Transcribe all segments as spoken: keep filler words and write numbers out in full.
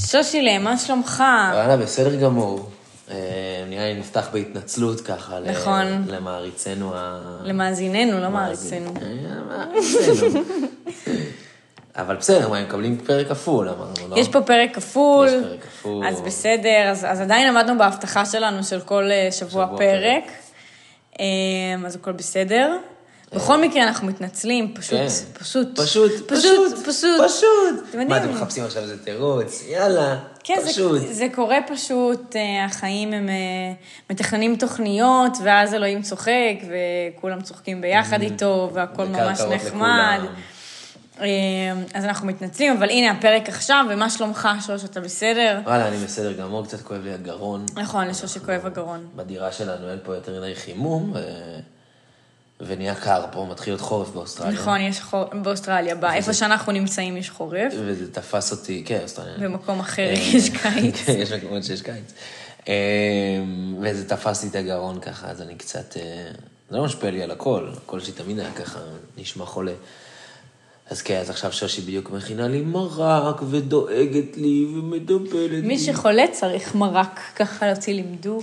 שושילה, מה שלומך? וואלה, בסדר גמור. נראה לי נפתח בהתנצלות ככה. נכון. למעריצנו ה... למאזיננו, לא מעריצנו. למאזיננו. אבל בסדר, מה, הם מקבלים פרק כפול, אמרנו, לא? יש פה פרק כפול. יש פרק כפול. אז בסדר, אז, אז עדיין עמדנו בהבטחה שלנו של כל שבוע, שבוע פרק. פרק. אז הכל בסדר. בכל מקרה אנחנו מתנצלים, פשוט, כן. פשוט, פשוט, פשוט, פשוט, פשוט. פשוט. מה, אתם מחפשים עכשיו איזה תירוץ? יאללה, כן, פשוט. זה, זה קורה פשוט, החיים הם מתכננים תוכניות, ואז אלוהים צוחק, וכולם צוחקים ביחד איתו, והכל ממש נחמד. אז אנחנו מתנצלים, אבל הנה הפרק עכשיו, ומה שלומך, שוש, אתה בסדר? וואלה, אני בסדר גמור, קצת כואב לי הגרון. נכון, לשוש שכואב הגרון. בדירה שלנו אין פה יותר מדי חימום, ו... ונהיה קר פה, מתחיל להיות חורף באוסטרליה. נכון, יש חורף באוסטרליה, וזה... איפה שאנחנו נמצאים יש חורף. וזה תפס אותי, כן, אוסטרליה. במקום אחר יש קיץ. כן, יש מקומות שיש קיץ. וזה תפס לי את הגרון ככה, אז אני קצת, זה לא משפיע לי על הכל, הכל שלי תמיד היה ככה, נשמע חולה. אז כן, אז עכשיו שושי בדיוק מכינה לי מרק, ודואגת לי, ומדבלת לי. מי שחולה צריך מרק, ככה אותי לימדו.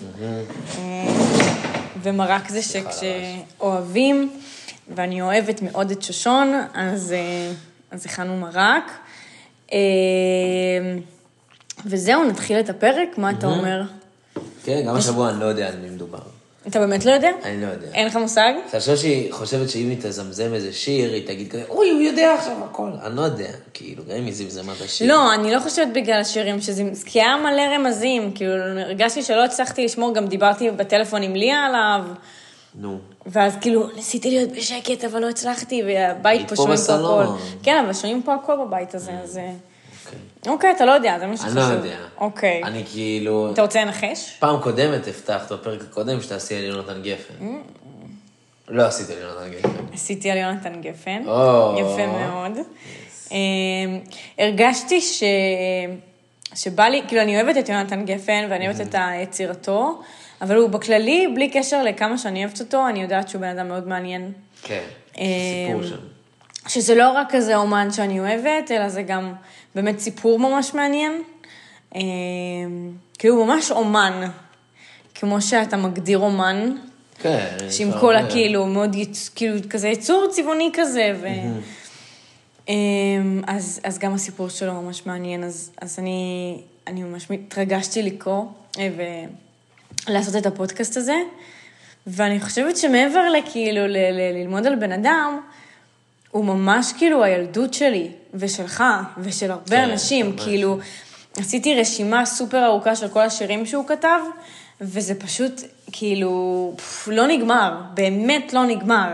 ומרק זה שכשאוהבים, ואני אוהבת מאוד את שושון, אז, אז הכנו מרק. וזהו, נתחיל את הפרק, מה אתה אומר? כן, גם השבוע אני לא יודע על מי מדובר. אתה באמת לא יודע? אני לא יודע. אין לך מושג? עכשיו שהיא חושבת שאם היא תזמזם איזה שיר, היא תגיד כזה, אוי, הוא יודע עכשיו הכל. אני לא יודע, כאילו, גם אם היא זמזמה את השיר. לא, אני לא חושבת בגלל השירים, כי היה מלא רמזים, כאילו, הרגשתי שלא הצלחתי לשמור, גם דיברתי בטלפון עם ליה עליו. נו. ואז כאילו, ניסיתי להיות בשקט, אבל לא הצלחתי, והבית פה שומעים פה הכל. כן, אבל שומעים פה הכל בבית הזה, אז... אוקיי, אתה לא יודע, זה מה שחשוב. אני לא יודע. אוקיי. אני כאילו... אתה רוצה לנחש? פעם קודמת הבטחת, בפרק הקודם, שתעשי על יונתן גפן. לא עשית על יונתן גפן. עשיתי על יונתן גפן. או. יפה מאוד. הרגשתי ש... שבא לי, כאילו אני אוהבת את יונתן גפן, ואני אוהבת את היצירתו, אבל הוא בכללי, בלי קשר לכמה שאני אוהבת אותו, אני יודעת שהוא בן אדם מאוד מעניין. כן, סיפור שם. שזה לא רק כזה אומן שאני אוהבת, אלא זה גם באמת סיפור ממש מעניין. כאילו הוא ממש אומן, כמו שאתה מגדיר אומן. כן. שעם כל הכאילו, מאוד כאילו כזה יצור צבעוני כזה. אז, אז גם הסיפור שלו ממש מעניין. אז, אז אני, אני ממש מתרגשתי לקרוא ולעשות את הפודקאסט הזה. ואני חושבת שמעבר לכאילו ל- ל- ללמוד על בן אדם, הוא ממש כאילו הילדות שלי ושלך ושל הרבה כן, אנשים. ממש. כאילו, עשיתי רשימה סופר ארוכה של כל השירים שהוא כתב, וזה פשוט כאילו לא נגמר, באמת לא נגמר.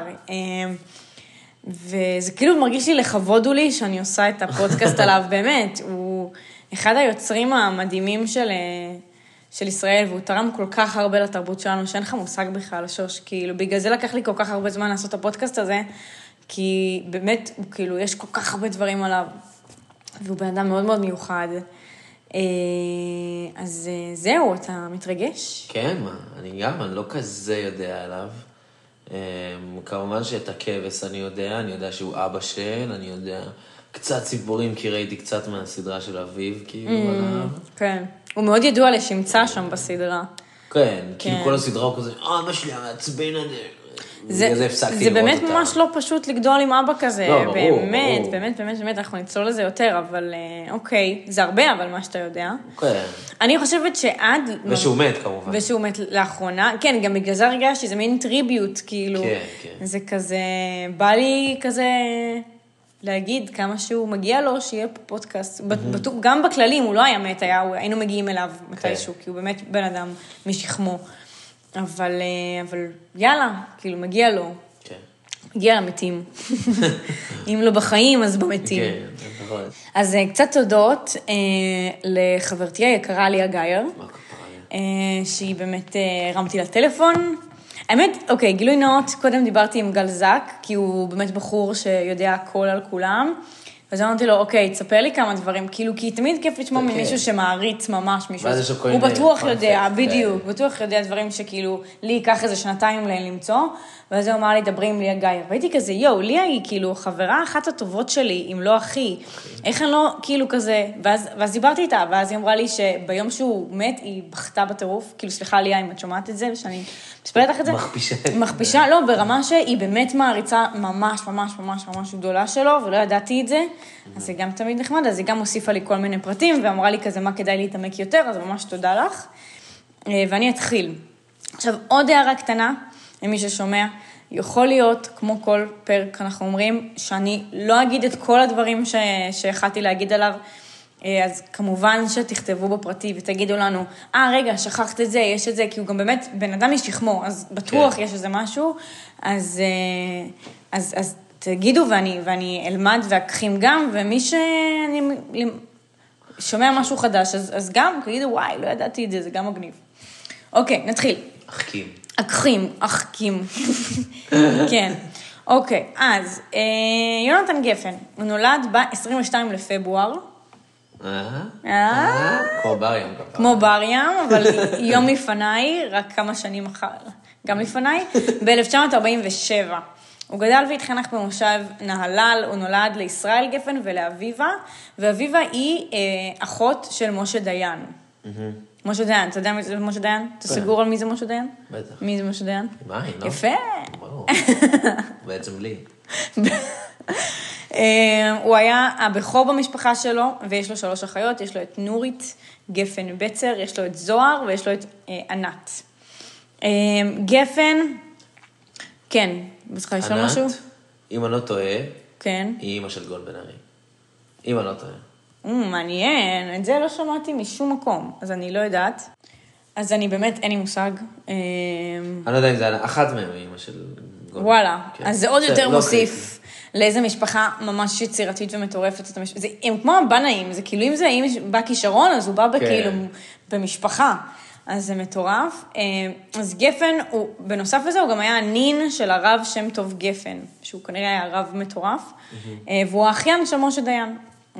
וזה כאילו מרגיש לי לכבוד הוא לי שאני עושה את הפודקאסט עליו, באמת. הוא אחד היוצרים המדהימים של... של ישראל, והוא תרם כל כך הרבה לתרבות שלנו, שאין לך מושג בכלל, שוש, כאילו, בגלל זה לקח לי כל כך הרבה זמן לעשות את הפודקאסט הזה, כי באמת, הוא, כאילו, יש כל כך הרבה דברים עליו, והוא בן אדם מאוד מאוד מיוחד. אז זהו, אתה מתרגש? כן, מה, אני גם, אני לא כזה יודע עליו. כמובן שאת הכבש אני יודע, אני יודע שהוא אבא של, אני יודע קצת סיפורים, כי ראיתי קצת מהסדרה של אביו, כאילו, עליו. כן. הוא מאוד ידוע לשמצה שם בסדרה. כן, כאילו כל הסדרה הוא כזה, אה, אמא שלי, המעצבן הזה. זה, זה באמת ממש לא פשוט לגדול עם אבא כזה. לא, ברור, באמת, ברור. באמת, באמת, באמת, אנחנו נצלול לזה יותר, אבל אוקיי, זה הרבה, אבל מה שאתה יודע. כן. אני חושבת שעד... ושהוא מת, כמובן. ושהוא מת לאחרונה. כן, גם בגלל זה הרגשתי, זה מין טריביוט, כאילו. כן, כן. זה כזה, בא לי כזה... להגיד כמה שהוא מגיע לו, שיהיה פודקאסט. Mm-hmm. גם בכללים, הוא לא היה מת, היה, היינו מגיעים אליו מתישהו, okay. כי הוא באמת בן אדם משכמו. אבל, אבל יאללה, כאילו מגיע לו. כן. Okay. מגיע למתים. אם לא בחיים, אז במתים. כן, okay, נכון. אז קצת תודות אה, לחברתי היקרה ליה גייר, אה, שהיא באמת אה, הרמתי לטלפון, האמת, אוקיי, גילוי נאות, קודם דיברתי עם גל זק, כי הוא באמת בחור שיודע הכל על כולם, ואז אמרתי לו, אוקיי, תספר לי כמה דברים, כאילו, כי תמיד כיף לשמוע ממישהו שמעריץ ממש מישהו. הוא בטוח יודע, בדיוק, בטוח יודע דברים שכאילו, לי ייקח איזה שנתיים למצוא, ואז הוא אמר לי, דברי עם ליה גאייר. והייתי כזה, יואו, ליה היא כאילו חברה אחת הטובות שלי, אם לא אחי. איך אני לא, כאילו כזה, ואז דיברתי איתה, ואז היא אמרה לי שביום שהוא מת, היא בכתה בטירוף, כאילו, סליחה ליה, אם את שומעת את זה, ושאני מספרת לך את זה. מכפישה. מכפישה, לא, ברמה שהיא באמת מעריצה ממש, ממש, ממש, ממש גדולה שלו, ולא ידעתי את זה, אז זה גם תמיד נחמד, אז היא גם הוסיפה לי כל מיני פרטים, ואמרה לי כזה מה כדאי להתעמק יותר, אז ממש תודה לך. ואני אתחיל. עכשיו, עוד הערה קטנה, למי ששומע, יכול להיות, כמו כל פרק אנחנו אומרים, שאני לא אגיד את כל הדברים ש... שהחלטתי להגיד עליו, אז כמובן שתכתבו בפרטי ותגידו לנו, אה, רגע, שכחת את זה, יש את זה, כי הוא גם באמת, בן אדם יש שכמו, אז בטוח יש איזה משהו, אז, אז, אז תגידו, ואני, ואני אלמד ואקחים גם, ומי שאני שומע משהו חדש, אז, אז גם, תגידו, וואי, לא ידעתי את זה, זה גם מגניב. אוקיי, נתחיל. אחכים. אחכים, אחכים. כן. אוקיי, אז יונתן גפן, הוא נולד ב-עשרים ושניים לפברואר, אה, כמו בר ים. כמו בר ים, אבל יום לפניי, רק כמה שנים אחר, גם לפניי, ב-אלף תשע מאות ארבעים ושבע. הוא גדל והתחנך במושב נהלל, הוא נולד לישראל גפן ולאביבה, ואביבה היא אחות של משה דיין. משה דיין, אתה יודע מי זה משה דיין? אתה סגור על מי זה משה דיין? בטח. מי זה משה דיין? מה, לא? יפה. ברור. בעצם לי. הוא היה הבכור במשפחה שלו, ויש לו שלוש אחיות, יש לו את נורית, גפן בצר, יש לו את זוהר, ויש לו את ענת. גפן, כן, בצריכה לשאול משהו? ענת, אם אני לא טועה, כן. היא אמא של גול בן ארי. אם אני לא טועה. מעניין, את זה לא שמעתי משום מקום, אז אני לא יודעת. אז אני באמת, אין לי מושג. אני לא יודע אם זה אחת מהם, אמא של גול. וואלה, אז זה עוד יותר מוסיף לאיזה משפחה ממש יצירתית ומטורפת. הם כמו הבנאים, זה כאילו אם זה בא כישרון, אז הוא בא כאילו במשפחה. אז זה מטורף. אז גפן, בנוסף לזה, הוא גם היה הנין של הרב שם טוב גפן, שהוא כנראה היה רב מטורף, והוא האחיין של משה דיין.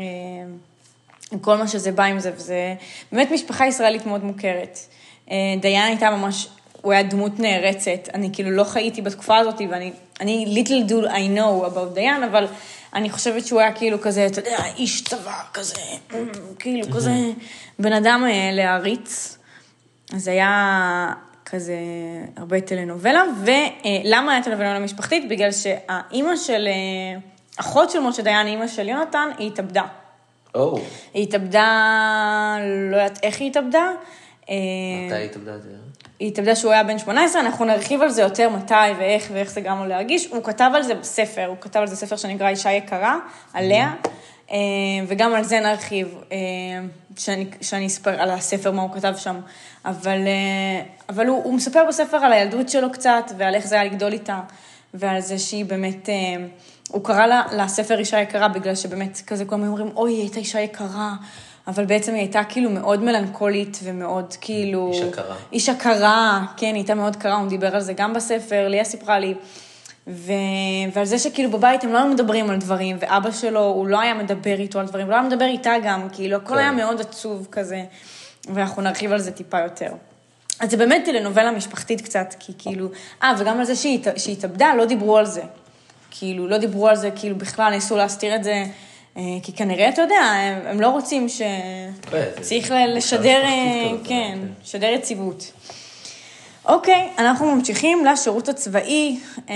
עם כל מה שזה בא עם זה, וזה באמת משפחה ישראלית מאוד מוכרת. דיין הייתה ממש, הוא היה דמות נערצת, אני כאילו לא חייתי בתקופה הזאת, ואני, אני little do I know about דיין, אבל אני חושבת שהוא היה כאילו כזה, אתה יודע, איש צבא כזה, כאילו כזה, בן אדם להריץ. אז היה כזה הרבה טלנובלה, ולמה היה טלנובלה משפחתית? בגלל שהאימא של, אחות של משה דיין, אימא של יונתן, היא התאבדה. או. היא התאבדה, לא יודעת איך היא התאבדה. מתי היא התאבדה? היא התאבדה שהוא היה בן שמונה עשרה, אנחנו נרחיב על זה יותר מתי ואיך ואיך זה גם לא להרגיש. הוא כתב על זה בספר, הוא כתב על זה ספר שנקרא אישה יקרה, עליה, וגם על זה נרחיב, שאני, שאני אספר על הספר, מה הוא כתב שם. אבל, אבל הוא, הוא מספר בספר על הילדות שלו קצת, ועל איך זה היה לגדול איתה, ועל זה שהיא באמת, הוא קרא לה, לספר אישה יקרה, בגלל שבאמת כזה כל מיני אומרים, אוי, היא הייתה אישה יקרה, אבל בעצם היא הייתה כאילו מאוד מלנכולית, ומאוד כאילו... אישה קרה. אישה קרה, כן, היא הייתה מאוד קרה, הוא דיבר על זה גם בספר, ליה סיפרה לי, ו... ועל זה שכאילו בבית הם לא היו מדברים על דברים, ואבא שלו, הוא לא היה מדבר איתו על דברים, לא היה מדבר איתה גם, כאילו, הכל היה מאוד עצוב כזה, ואנחנו נרחיב על זה טיפה יותר. אז זה באמת טלנובלה משפחתית קצת, כי כאילו, אה, וגם על זה שהיא, שהיא התאבדה, לא דיברו על זה. כאילו, לא דיברו על זה, כאילו, בכלל ניסו להסתיר את זה, כי כנראה, אתה יודע, הם, הם לא רוצים ש... צריך לשדר, כן, לשדר יציבות. אוקיי, אנחנו ממשיכים לשירות הצבאי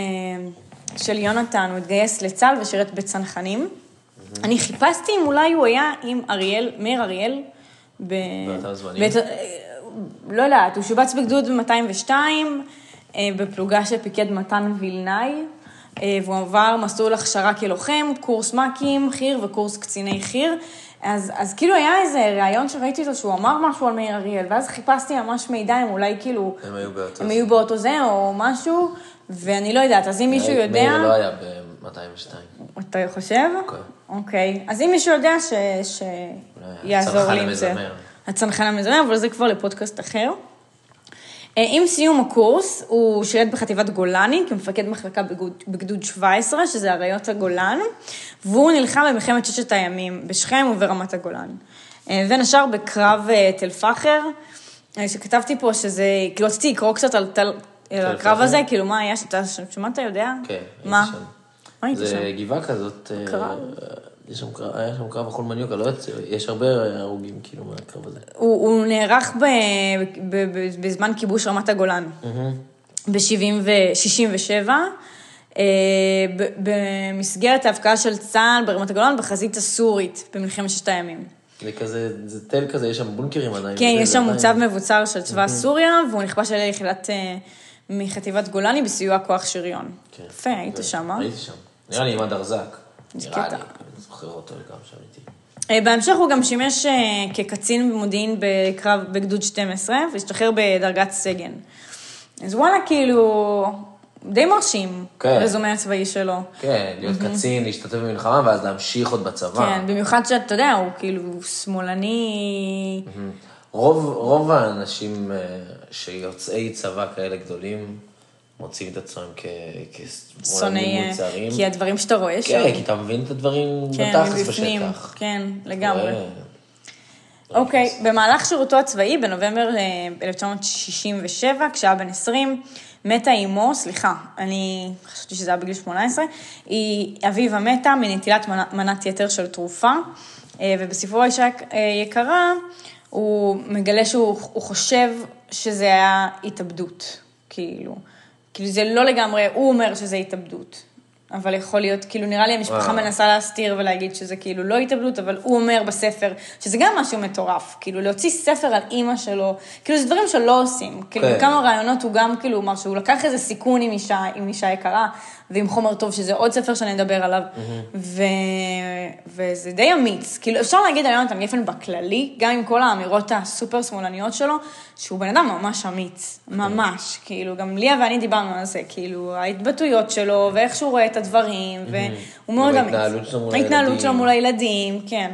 של יונתן, הוא התגייס לצה"ל ושירת בצנחנים. אני חיפשתי אם אולי הוא היה עם אריאל, מאיר אריאל, באותם זמנים. לא יודעת, הוא שובץ בגדוד ב-מאתיים ושתיים, בפלוגה שפיקד מתן וילנאי, והוא עבר מסלול הכשרה כלוחם, קורס מקים, חיר וקורס קציני חיר. אז, אז כאילו היה איזה רעיון שראיתי אותו שהוא אמר משהו על מאיר אריאל, ואז חיפשתי ממש מידע, הם אולי כאילו... הם היו באותו, הם היו באותו זה או משהו, ואני לא יודעת, אז אם מישהו יודע... מאיר לא היה ב-מאתיים ושתיים. אתה חושב? אוקיי. אוקיי. אז אם מישהו יודע ש... שיעזור לי עם זה. הצנחן המזמר, אבל זה כבר לפודקאסט אחר. עם סיום הקורס, הוא שירת בחטיבת גולני, כמפקד מחלקה בגדוד שבע עשרה, שזה אריות הגולן, והוא נלחם במלחמת ששת הימים, בשכם וברמת הגולן. ונשר בקרב תל פחר, שכתבתי פה שזה, כאילו רציתי לקרוא קצת על הקרב הזה, כאילו מה היה, אתה שמעת, יודע? כן, מה? מה היית שם? זה גבעה כזאת, יש שם קרב, היה שם קרב החול מניוק, לא יודעת, יש הרבה הרוגים כאילו מהקרב הזה. הוא נערך בזמן כיבוש רמת הגולן, ב-שישים ושבע, במסגרת ההפקעה של צה"ל ברמת הגולן, בחזית הסורית, במלחמת ששת הימים. זה כזה, זה תל כזה, יש שם בונקרים עדיין. כן, יש שם מוצב מבוצר של צבא סוריה, והוא נכבש על יחידת מחטיבת גולני בסיוע כוח שריון. יפה, היית שם, אה? הייתי שם. נראה לי עם הדרזק. נראה לי, אני זוכר אותו גם שם איתי. בהמשך הוא גם שימש כקצין במודיעין בקרב בגדוד שתים עשרה, והשתחרר בדרגת סגן. אז וואלה, כאילו, די מרשים, רזומה הצבאי שלו. כן, להיות קצין, להשתתף במלחמה, ואז להמשיך עוד בצבא. כן, במיוחד שאתה יודע, הוא כאילו שמאלני. רוב האנשים שיוצאי צבא כאלה גדולים, מוצאים את עצמם כשמאלנים מוצרים. כי הדברים שאתה רואה שם. כן, כי אתה מבין את הדברים בתכלס בשטח. כן, לגמרי. אוקיי, במהלך שירותו הצבאי, בנובמבר אלף תשע מאות שישים ושבע, כשהיה בן עשרים, מתה אימו, סליחה, אני חשבתי שזה היה בגיל שמונה עשרה, היא אביבה מתה מנטילת מנת יתר של תרופה, ובספרו האישה יקרה, הוא מגלה שהוא חושב שזה היה התאבדות, כאילו. כאילו זה לא לגמרי, הוא אומר שזה התאבדות, אבל יכול להיות, כאילו נראה לי המשפחה מנסה להסתיר ולהגיד שזה כאילו לא התאבדות, אבל הוא אומר בספר שזה גם משהו מטורף, כאילו להוציא ספר על אימא שלו, כאילו זה דברים שלא עושים, כאילו בכמה רעיונות הוא גם כאילו אמר שהוא לקח איזה סיכון עם אישה, עם אישה יקרה, ועם חומר טוב, שזה עוד ספר שאני אדבר עליו, ו... וזה די אמיץ, כאילו אפשר להגיד על יונתן גפן בכללי, גם עם כל האמירות הסופר שמאלניות שלו, שהוא בן אדם ממש אמיץ, ממש, כאילו גם ליה ואני דיברנו על זה, כאילו ההתבטאויות שלו, ואיך שהוא רואה את הדברים, והוא מאוד אמיץ. ההתנהלות שלו מול הילדים, כן.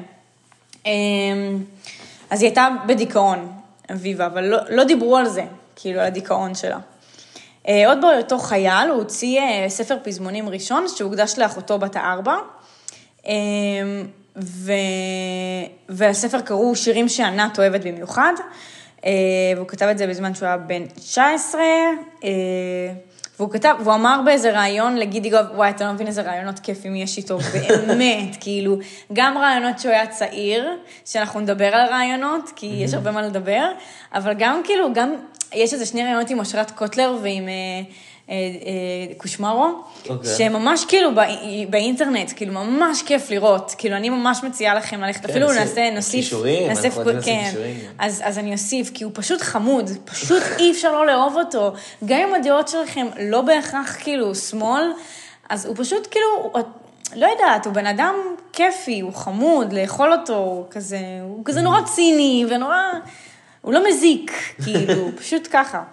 אז היא הייתה בדיכאון, אביבה, אבל לא, לא דיברו על זה, כאילו על הדיכאון שלה. עוד באותו חייל, הוא הוציא ספר פזמונים ראשון, שהוקדש לאחותו בת הארבע, ו... והספר קראו שירים שענת אוהבת במיוחד, והוא כתב את זה בזמן שהוא היה בן תשע עשרה, והוא כתב, והוא אמר באיזה רעיון לגידי גוב, וואי, אתה לא מבין איזה רעיונות כיפים יש איתו, באמת, כאילו, גם רעיונות שהוא היה צעיר, שאנחנו נדבר על רעיונות, כי יש הרבה מה לדבר, אבל גם כאילו, גם יש איזה שני רעיונות עם אושרת קוטלר ועם קושמרו, שממש כאילו באינטרנט, כאילו ממש כיף לראות, כאילו אני ממש מציעה לכם ללכת, אפילו נעשה, נוסיף, נוסיף, כן, אז אני אוסיף, כי הוא פשוט חמוד, פשוט אי אפשר לא לאהוב אותו, גם אם הדעות שלכם לא בהכרח כאילו שמאל, אז הוא פשוט כאילו, לא יודעת, הוא בן אדם כיפי, הוא חמוד, לאכול אותו, הוא כזה, הוא כזה נורא ציני ונורא, הוא לא מזיק, כאילו, פשוט ככה.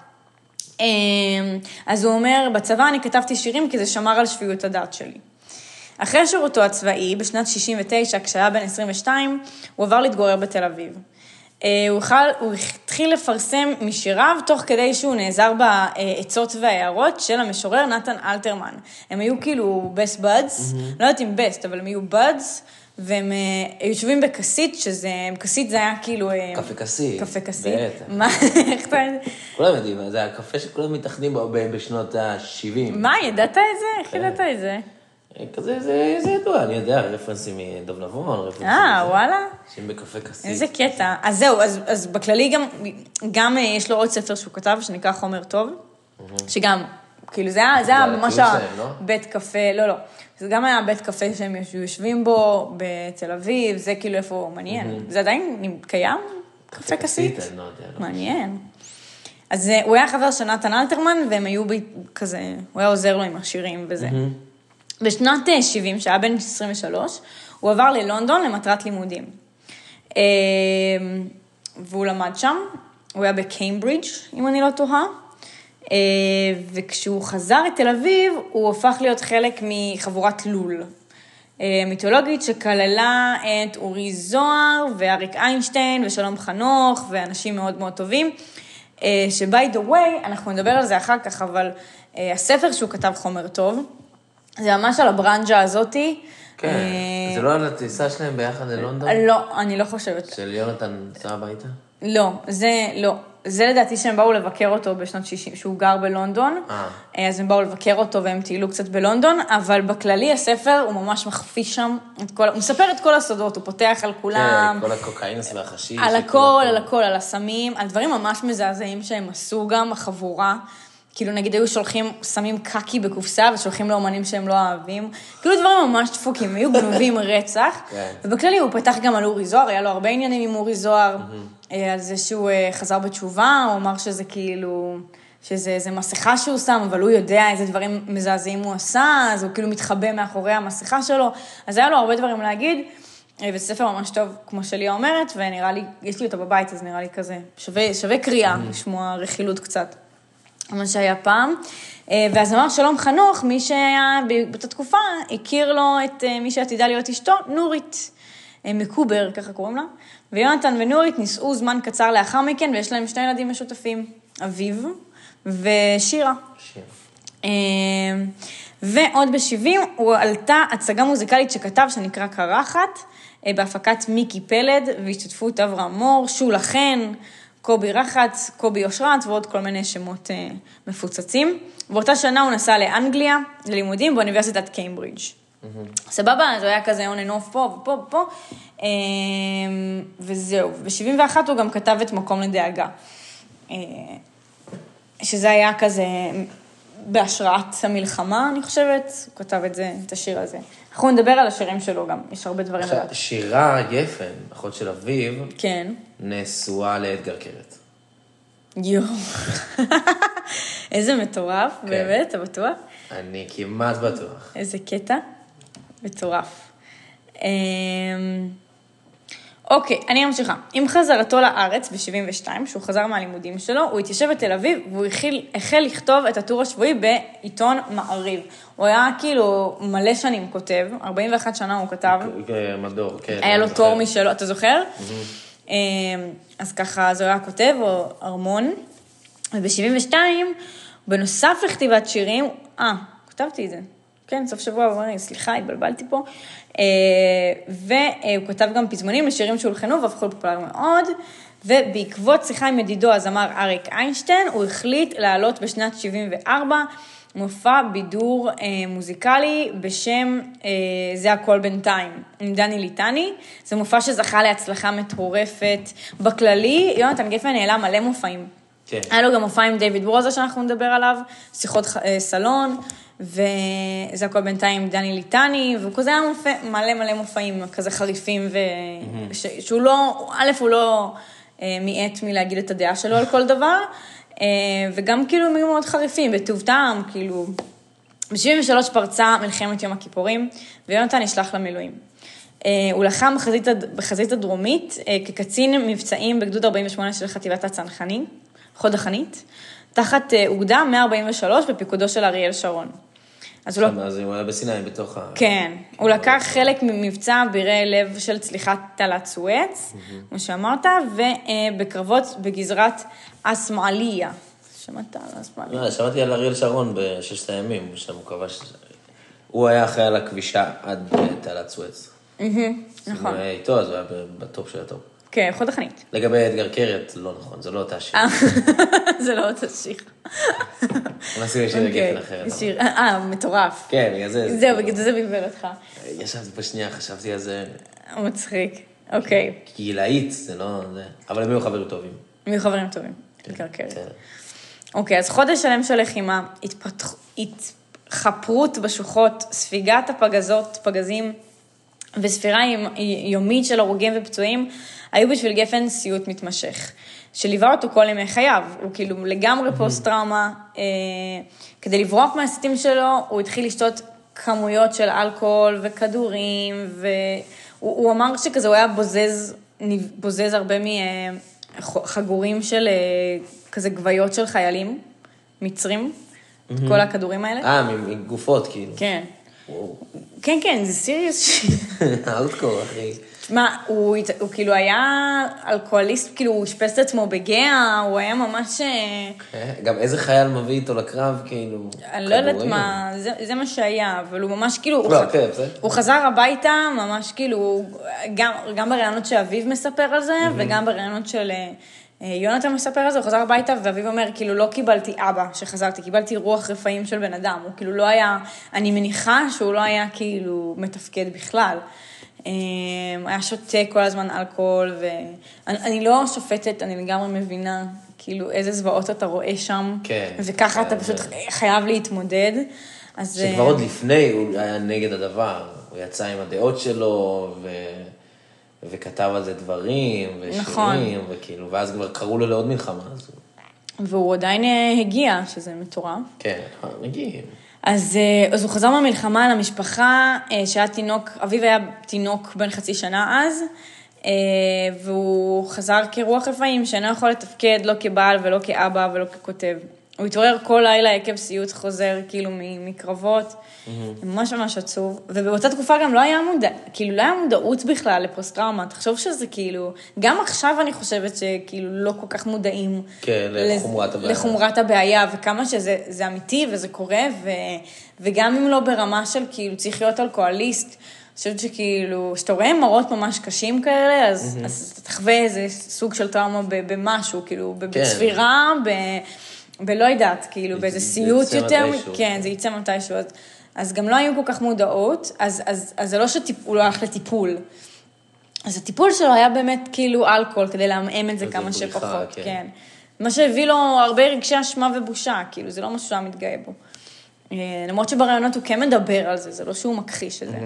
אז הוא אומר, בצבא אני כתבתי שירים כי זה שמר על שפיות הדעת שלי. אחרי שירותו הצבאי, בשנת שישים ותשע, כשהיה בן עשרים ושתיים, הוא עבר להתגורר בתל אביב. הוא, החל, הוא התחיל לפרסם משיריו, תוך כדי שהוא נעזר בעצות והערות של המשורר נתן אלתרמן. הם היו כאילו best buds, mm-hmm. לא יודעת אם best, אבל הם היו buds, והם יושבים בקסית, שזה, קסית זה היה כאילו... קפה קסית. קפה קסית. מה, איך אתה... כולם יודעים, זה הקפה שכולם מתאחדים בו בשנות ה-שבעים. מה, ידעת את זה? איך ידעת את זה? כזה, זה ידוע, אני יודע, רפרנסים מדוב נבון, רפרנסים... אה, וואלה? שהם בקפה קסית. איזה קטע. אז זהו, אז בכללי גם יש לו עוד ספר שהוא כתב, שנקרא חומר טוב, שגם, כאילו זה היה ממש בית קפה, לא, לא. זה גם היה בית קפה שהם יושבים בו בתל אביב, זה כאילו איפה מעניין. זה עדיין קיים? קפה קסית? מעניין. אז הוא היה חבר של נתן אלתרמן, והם היו כזה, הוא היה עוזר לו עם השירים וזה. בשנת שבעים, שהיה בן עשרים ושלוש, הוא עבר ללונדון למטרת לימודים. והוא למד שם, הוא היה בקיימברידג', אם אני לא טועה. וכשהוא חזר לתל אביב, הוא הפך להיות חלק מחבורת לול מיתולוגית שכללה את אורי זוהר ואריק איינשטיין ושלום חנוך ואנשים מאוד מאוד טובים. שבי דה ווי, אנחנו נדבר על זה אחר כך, אבל הספר שהוא כתב חומר טוב, זה ממש על הברנג'ה הזאתי. כן, זה לא על הטיסה שלהם ביחד ללונדון? לא, אני לא חושבת. של יונתן צא הביתה? לא, זה לא. זה לדעתי שהם באו לבקר אותו בשנות שישים, שהוא גר בלונדון, אז הם באו לבקר אותו והם טיילו קצת בלונדון, אבל בכללי הספר הוא ממש מכפיש שם, כל, הוא מספר את כל הסודות, הוא פותח על כולם. כן, כל הקוקאינוס והחשיש. על הכל, על הכל, על הסמים, על דברים ממש מזעזעים שהם עשו גם, החבורה. כאילו נגיד היו שולחים, שמים קקי בקופסה ושולחים לאומנים שהם לא אוהבים. כאילו דברים ממש דפוקים, היו גנובים רצח. ובכללי הוא פתח גם על אורי זוהר, היה לו הרבה עניינים עם אורי זוהר, על זה שהוא חזר בתשובה, הוא אמר שזה כאילו, שזה מסכה שהוא שם, אבל הוא יודע איזה דברים מזעזעים הוא עשה, אז הוא כאילו מתחבא מאחורי המסכה שלו. אז היה לו הרבה דברים להגיד, וספר ממש טוב, כמו שלי אומרת, ונראה לי, יש לי אותו בבית, אז נראה לי כזה, שווה, שווה קריאה, לשמוע רכילות קצת. מה שהיה פעם, ואז אמר שלום חנוך, מי שהיה באותה תקופה, הכיר לו את מי שעתידה להיות אשתו, נורית מקובר, ככה קוראים לה, ויונתן ונורית נישאו זמן קצר לאחר מכן, ויש להם שני ילדים משותפים, אביב ושירה. שירה. ועוד ב-שבעים הוא עלתה הצגה מוזיקלית שכתב, שנקרא קרחת, בהפקת מיקי פלד, והשתתפות אברהם מור, שולה חן, קובי רחץ, קובי אושרת, ועוד כל מיני שמות uh, מפוצצים. באותה שנה הוא נסע לאנגליה, ללימודים באוניברסיטת קיימברידג'. Mm-hmm. סבבה, אז הוא היה כזה on and off פה ופה ופה, um, וזהו. ב-שבעים ואחת הוא גם כתב את מקום לדאגה, uh, שזה היה כזה בהשראת המלחמה, אני חושבת, הוא כתב את זה, את השיר הזה. אנחנו נדבר על השירים שלו גם, יש הרבה דברים. עכשיו, שירה גפן, אחות של אביב, כן. נשואה לאדגר קרת. יו. איזה מטורף, כן. באמת, אתה בטוח? אני כמעט בטוח. איזה קטע? מטורף. אוקיי, אני ממשיכה. עם חזרתו לארץ ב-שבעים ושתיים, שהוא חזר מהלימודים שלו, הוא התיישב בתל אביב, והוא החל, החל לכתוב את הטור השבועי בעיתון מעריב. הוא היה כאילו מלא שנים כותב, ארבעים ואחת שנה הוא כתב. מדור, כן. היה לו תור משלו, אתה זוכר? אז ככה, אז הוא היה כותב, או ארמון. וב-שבעים ושתיים, בנוסף לכתיבת שירים, אה, כתבתי את זה. כן, סוף שבוע, הוא אומר, סליחה, התבלבלתי פה. והוא כתב גם פזמונים לשירים שהולחנו, והפכו לפופולריים מאוד, ובעקבות שיחה עם ידידו, הזמר אריק איינשטיין, הוא החליט לעלות בשנת שבעים וארבע, מופע בידור מוזיקלי בשם זה הכל בינתיים, עם דני ליטני. זה מופע שזכה להצלחה מטורפת. בכללי, יונתן גפן העלה מלא מופעים. כן. היה לו גם מופע עם דיוויד ברוזה שאנחנו נדבר עליו, שיחות סלון, וזה הכל בינתיים עם דני ליטני, והוא כזה היה מופע, מלא מלא מופעים כזה חריפים, ו... mm-hmm. ש... שהוא לא, א' הוא לא מיעט מלהגיד את הדעה שלו על כל דבר, וגם כאילו הם היו מאוד חריפים, בטוב טעם, כאילו, ב-שבעים ושלוש פרצה מלחמת יום הכיפורים, ויונתן נשלח למילואים. הוא לחם בחזית, בחזית הדרומית, כקצין מבצעים בגדוד ארבעים ושמונה של חטיבת הצנחנים, חוד החנית, תחת אוגדה מאה ארבעים ושלוש בפיקודו של אריאל שרון. אז הוא לא... אז הוא היה בסיני בתוך ה... כן, הוא לקח חלק ממבצע בירי לב של צליחת תעלת סואץ, כמו שאמרת, ובקרבות בגזרת אסמאעיליה. שמעת על אסמאעיליה? שמעתי על אריאל שרון בששת הימים, שם הוא כבש... הוא היה אחראי על הכבישה עד תעלת סואץ. נכון. הוא היה איתו, אז הוא היה בטופ של הטופ. כן, חוד החנית. לגבי אדגר קרת, לא נכון, זה לא אותה שיר. זה לא אותה שיר. נסים לי שיר גפן אחרת. אה, מטורף. כן, בגלל זה. זהו, בגלל זה בלבל אותך. ישבתי בשנייה, חשבתי על זה. מצחיק, אוקיי. קהילאית, זה לא... אבל הם היו חברים טובים. הם היו חברים טובים, אדגר קרת. אוקיי, אז חודש שלם של לחימה, התחפרות בשוחות, ספיגת הפגזות, פגזים, וספירה יומית של הרוגים ופצועים, היו בשביל גפן סיוט מתמשך, שליווה אותו כל ימי חייו. הוא כאילו לגמרי פוסט-טראומה, אה, כדי לברוק מהסטים שלו, הוא התחיל לשתות כמויות של אלכוהול וכדורים, והוא אמר שכזה הוא היה בוזז, בוזז הרבה מחגורים של כזה גוויות של חיילים, מצרים, את כל הכדורים האלה. אה, מגופות כאילו. כן. כן, כן, זה סיריוס. ארדקור, אחי. תשמע, הוא, הוא כאילו היה אלכוהוליסט, כאילו הוא השפס את עצמו בגאה, הוא היה ממש... גם איזה חייל מביא איתו לקרב, כאילו... אני לא יודעת מה, זה, זה מה שהיה, אבל הוא ממש כאילו... לא, הוא, כן, זה. הוא חזר הביתה, ממש כאילו, גם, גם ברעיונות שאביב מספר על זה, mm-hmm. וגם ברעיונות של... יונתן מספר על זה, הוא חזר הביתה, ואביב אומר, כאילו, לא קיבלתי אבא שחזרתי, קיבלתי רוח רפאים של בן אדם, הוא כאילו לא היה, אני מניחה שהוא לא היה כאילו מתפקד בכלל. היה שותה כל הזמן אלכוהול, ואני לא שופטת, אני לגמרי מבינה, כאילו, איזה זוועות אתה רואה שם, כן. וככה אתה פשוט חייב להתמודד. שכבר עוד לפני הוא היה נגד הדבר, הוא יצא עם הדעות שלו, ו... וכתב על זה דברים, ושירים, נכון. וכאילו, ואז כבר קראו לו לעוד מלחמה. אז... והוא עדיין הגיע, שזה מטורף. כן, מגיעים. אז, אז הוא חזר מהמלחמה למשפחה, שהיה תינוק, אביו היה תינוק בן חצי שנה אז, והוא חזר כרוח רפאים, שאינו יכול לתפקד לא כבעל ולא כאבא ולא ככותב. הוא התעורר כל לילה עקב סיוט חוזר, כאילו, מקרבות, ממש ממש עצוב, ובאותה תקופה גם לא היה מודע, כאילו, לא היה מודעות בכלל לפוסט-טראומה, תחשוב שזה כאילו, גם עכשיו אני חושבת שכאילו לא כל כך מודעים, כן, לחומרת הבעיה, לחומרת הבעיה, וכמה שזה אמיתי וזה קורה, וגם אם לא ברמה של כאילו צריך להיות אלכוהוליסט, אני חושבת שכאילו, שאתה רואה מראות ממש קשים כאלה, אז, אז אתה תחווה איזה סוג של טראומה במשהו, כאילו, בספירה, ב... ולא יודעת, כאילו, באיזה סיוט יותר, כן, זה יצא מתישהו, אז, אז גם לא היו כל כך מודעות, אז, אז, אז זה לא שהוא לא הלך לטיפול. אז הטיפול שלו היה באמת כאילו אלכוהול, כדי להמאם את זה כמה שפחות, כן. כן. מה שהביא לו הרבה רגשי אשמה ובושה, כאילו, זה לא משהו שהיה מתגאה בו. למרות שברעיונות הוא כן מדבר על זה, זה לא שהוא מכחיש את זה.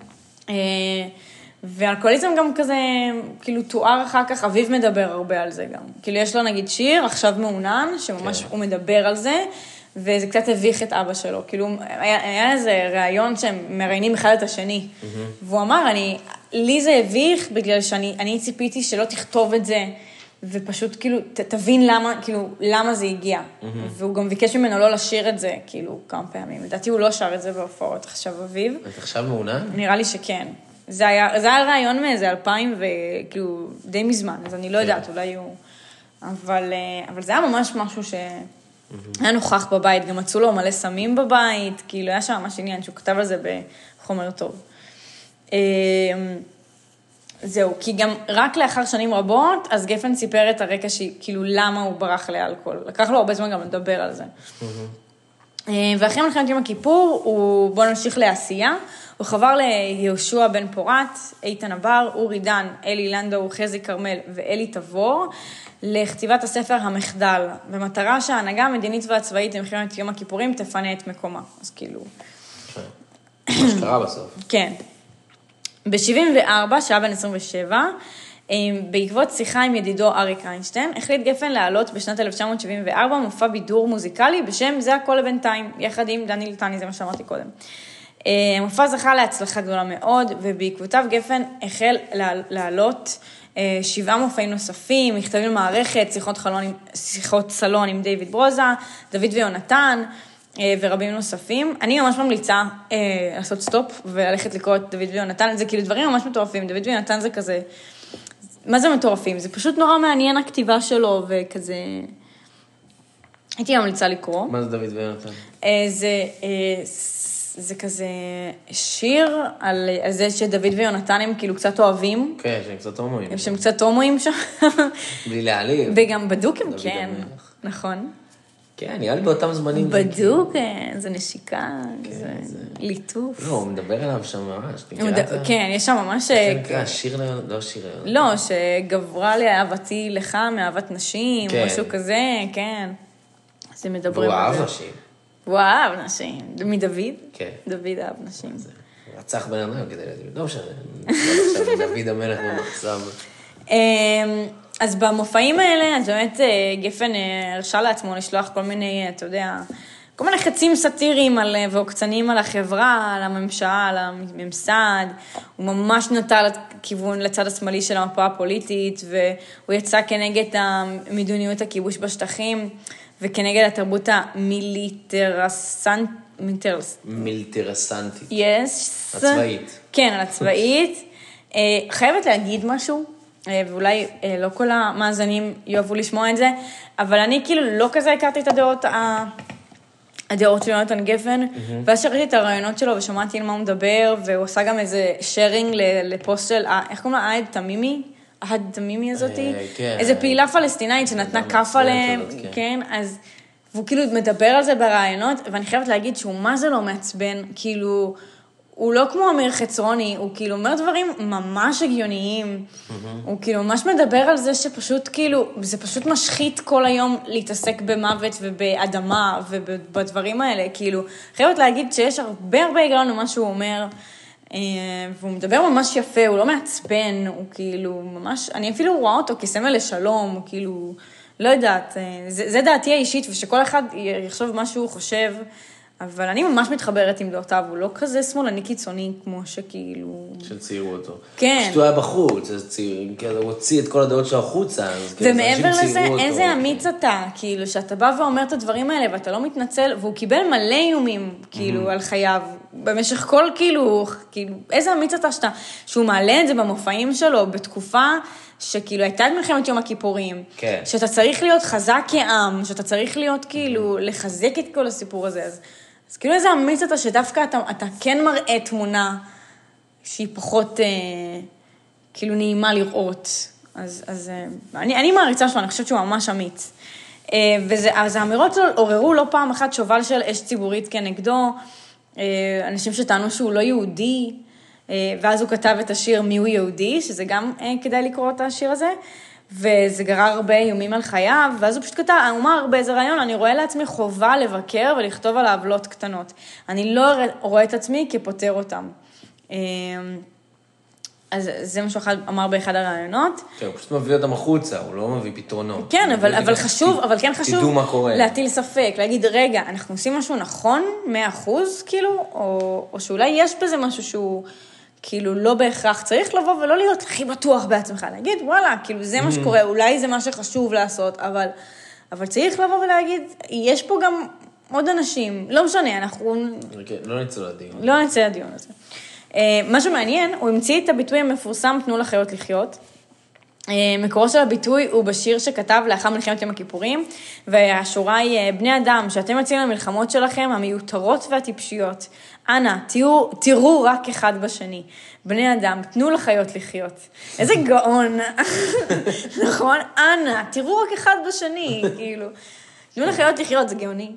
ואלכוהוליזם גם כזה, כאילו, תואר אחר כך, אביב מדבר הרבה על זה גם. כאילו, יש לו נגיד שיר, עכשיו מעונן, שממש הוא מדבר על זה, וזה קצת הביך את אבא שלו. כאילו, היה, היה איזה רעיון שהם מראיינים אחד את השני. והוא אמר, אני, לי זה הביך, בגלל שאני, אני ציפיתי שלא תכתוב את זה, ופשוט כאילו, ת, תבין למה, כאילו, למה זה הגיע. והוא גם ביקש ממנו לא לשיר את זה, כאילו, כמה פעמים. לדעתי הוא לא שר את זה בהופעות, עכשיו אביב. את עכשיו מעונן? נראה לי שכן. זה היה, זה היה רעיון מאיזה אלפיים וכאילו די מזמן, אז אני לא יודעת, אולי הוא... אבל, אבל זה היה ממש משהו שהיה נוכח בבית, גם מצאו לו מלא סמים בבית, כאילו היה שם ממש עניין שהוא כתב על זה בחומר טוב. זהו, כי גם רק לאחר שנים רבות, אז גפן סיפר את הרקע שכאילו למה הוא ברח לאלכוהול. לקח לו הרבה זמן גם לדבר על זה. ואחרי מלחמת יום הכיפור, הוא, בוא נמשיך לעשייה, הוא חבר ליהושע בן פורת, איתן עבר, אורי דן, אלי לנדאו, חזי קרמל ואלי תבור, לכתיבת הספר המחדל, במטרה שההנהגה המדינית והצבאית למלחמת יום הכיפורים תפנה את מקומה. אז כאילו... מה שקרה בסוף. כן. ב-שבעים וארבע, שעה בן עשרים ושבע, בעקבות שיחה עם ידידו אריק איינשטיין, החליט גפן לעלות בשנת אלף תשע מאות שבעים וארבע מופע בידור מוזיקלי בשם זה הכל לבינתיים, יחד עם דני לטני, זה מה שאמרתי קודם. המופע זכה להצלחה גדולה מאוד, ובעקבותיו גפן החל לעלות שבעה מופעים נוספים, מכתבים למערכת, שיחות, חלון, שיחות סלון עם דיוויד ברוזה, דוד ויונתן, ורבים נוספים. אני ממש ממליצה לעשות סטופ וללכת לקרוא את דוד ויונתן, זה כאילו דברים ממש מטורפים, דוד ויונתן זה כזה, מה זה מטורפים? זה פשוט נורא מעניין הכתיבה שלו, וכזה, הייתי ממליצה לקרוא. מה זה דוד ויונתן? זה... זה כזה שיר על, על זה שדוד ויונתן הם כאילו קצת אוהבים. כן, שהם קצת הומואים. הם שהם קצת הומואים שם. בלי להעליב. וגם בדוק הם כן, נכון. כן, נראה לי באותם זמנים. בדוק, זה נשיקה, זה ליטוף. לא, הוא מדבר עליו שם ממש. כן, יש שם ממש... שיר לא שיר. לא, שגברה לי אהבתי לך מאהבת נשים, משהו כזה, כן. אז הם מדברים על זה. והוא אהב נשים. הוא אהב נשים. מדוד? כן. דוד אהב נשים. רצח בן אדם כדי להגיד, לא משנה. דוד המלך במחסם. אז במופעים האלה, אז באמת גפן הרשה לעצמו לשלוח כל מיני, אתה יודע, כל מיני חצים סטיריים ועוקצניים על החברה, על הממשל, על הממסד. הוא ממש נטה לכיוון לצד השמאלי של המפה הפוליטית, והוא יצא כנגד המדיניות הכיבוש בשטחים, וכנגד התרבות המיליטרסנטית. מיליטרסנטית. יש. הצבאית. כן, על הצבאית. חייבת להגיד משהו, ואולי לא כל המאזנים יאהבו לשמוע את זה, אבל אני כאילו לא כזה הכרתי את הדעות, הדעות של יונתן גפן, ואז שראיתי את הרעיונות שלו ושמעתי על מה הוא מדבר, והוא עושה גם איזה שיירינג לפוסט של, איך קוראים לה? עהד תמימי? עהד תמימי הזאתי? איזה פעילה פלסטינאית שנתנה כף עליהם, כן, אז, והוא כאילו מדבר על זה ברעיונות, ואני חייבת להגיד שהוא מה זה לא מעצבן, כאילו, הוא לא כמו אמיר חצרוני, הוא כאילו אומר דברים ממש הגיוניים, הוא כאילו ממש מדבר על זה שפשוט כאילו, זה פשוט משחית כל היום להתעסק במוות ובאדמה ובדברים האלה, כאילו, חייבת להגיד שיש הרבה הרבה היגיון למה שהוא אומר, והוא מדבר ממש יפה, הוא לא מעצבן, הוא כאילו ממש, אני אפילו רואה אותו כסמל לשלום, הוא כאילו, לא יודעת, זה, זה דעתי האישית, ושכל אחד יחשוב מה שהוא חושב, אבל אני ממש מתחברת עם דעותיו, הוא לא כזה שמאלני קיצוני, כמו שכאילו... שציירו אותו. כן. כשהוא היה בחוץ, הוא הוציא את כל הדעות שלו החוצה, ומעבר לזה, איזה אמיץ אתה, כאילו, שאתה בא ואומר את הדברים האלה, ואתה לא מתנצל, והוא קיבל מלא איומים, כאילו, על חייו, במשך כל, כאילו, כאילו, איזה אמיץ אתה שאתה, שהוא מעלה את זה במופעים שלו, בתקופה שכאילו הייתה את מלחמת יום הכיפורים, כן. שאתה צריך להיות חזק כעם, שאתה צריך להיות, כאילו, לחזק את כל הסיפור הזה, אז... אז כאילו איזה אמיץ אתה שדווקא אתה, אתה כן מראה תמונה שהיא פחות אה, כאילו נעימה לראות. אז, אז אה, אני, אני מעריצה שלו, אני חושבת שהוא ממש אמיץ. אה, וזה, אז האמירות שלו עוררו לא פעם אחת שובל של אש ציבורית כנגדו, אה, אנשים שטענו שהוא לא יהודי, אה, ואז הוא כתב את השיר מי הוא יהודי, שזה גם אה, כדאי לקרוא את השיר הזה, וזה גרר הרבה איומים על חייו, ואז הוא פשוט כתב, הוא אמר באיזה רעיון, אני רואה לעצמי חובה לבקר ולכתוב על העוולות קטנות. אני לא רואה את עצמי כפותר אותם. אז זה מה שהוא אמר באחד הרעיונות. כן, הוא פשוט מביא אותם החוצה, הוא לא מביא פתרונות. כן, אבל, אבל חשוב, אבל כן חשוב תדעו מה קורה. להטיל ספק, להגיד, רגע, אנחנו עושים משהו נכון, מאה אחוז, כאילו, או, או שאולי יש בזה משהו שהוא... כאילו לא בהכרח, צריך לבוא ולא להיות הכי בטוח בעצמך, להגיד, וואלה, כאילו זה מה שקורה, אולי זה מה שחשוב לעשות, אבל, אבל צריך לבוא ולהגיד, יש פה גם עוד אנשים, לא משנה, אנחנו... לא נצא לדיון. לא נצא לדיון הזה. משהו מעניין, הוא המציא את הביטוי המפורסם, תנו לחיות לחיות. מקורו של הביטוי הוא בשיר שכתב לאחר מלחמת יום הכיפורים, והשורה היא, בני אדם, שאתם יוצאים למלחמות שלכם, המיותרות והטיפשיות, אנא, תראו, תראו רק אחד בשני. בני אדם, תנו לחיות לחיות. איזה גאון. נכון? אנא, תראו רק אחד בשני. כאילו, תנו לחיות לחיות, זה גאוני.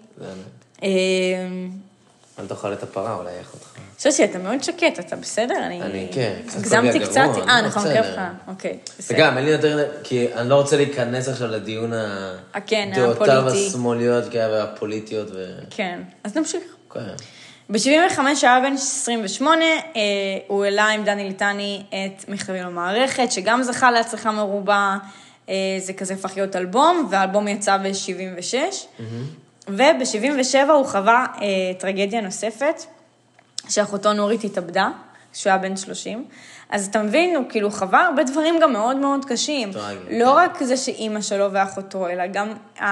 אל תאכל את הפרה, אולי איך אותך. שושי, אתה מאוד שקט, אתה בסדר? אני, כן. הגזמתי קצת. אה, נכון, כיף. אוקיי, בסדר. וגם, אין לי יותר, כי אני לא רוצה להיכנס עכשיו לדיון הדעותיו השמאליות והפוליטיות. כן, אז נמשיך. כן. ב-שבעים וחמש היה בן עשרים ושמונה, הוא העלה עם דני ליטני את מכתבים למערכת, שגם זכה להצלחה מרובה, זה כזה הפך להיות אלבום, והאלבום יצא ב-שבעים ושש, וב-שבעים ושבע הוא חווה טרגדיה נוספת, שאחותו נורית התאבדה, שהוא היה בן שלושים, אז אתה מבין, הוא כאילו חווה הרבה דברים גם מאוד מאוד קשים. לא רק זה שאימא שלו ואחותו, אלא גם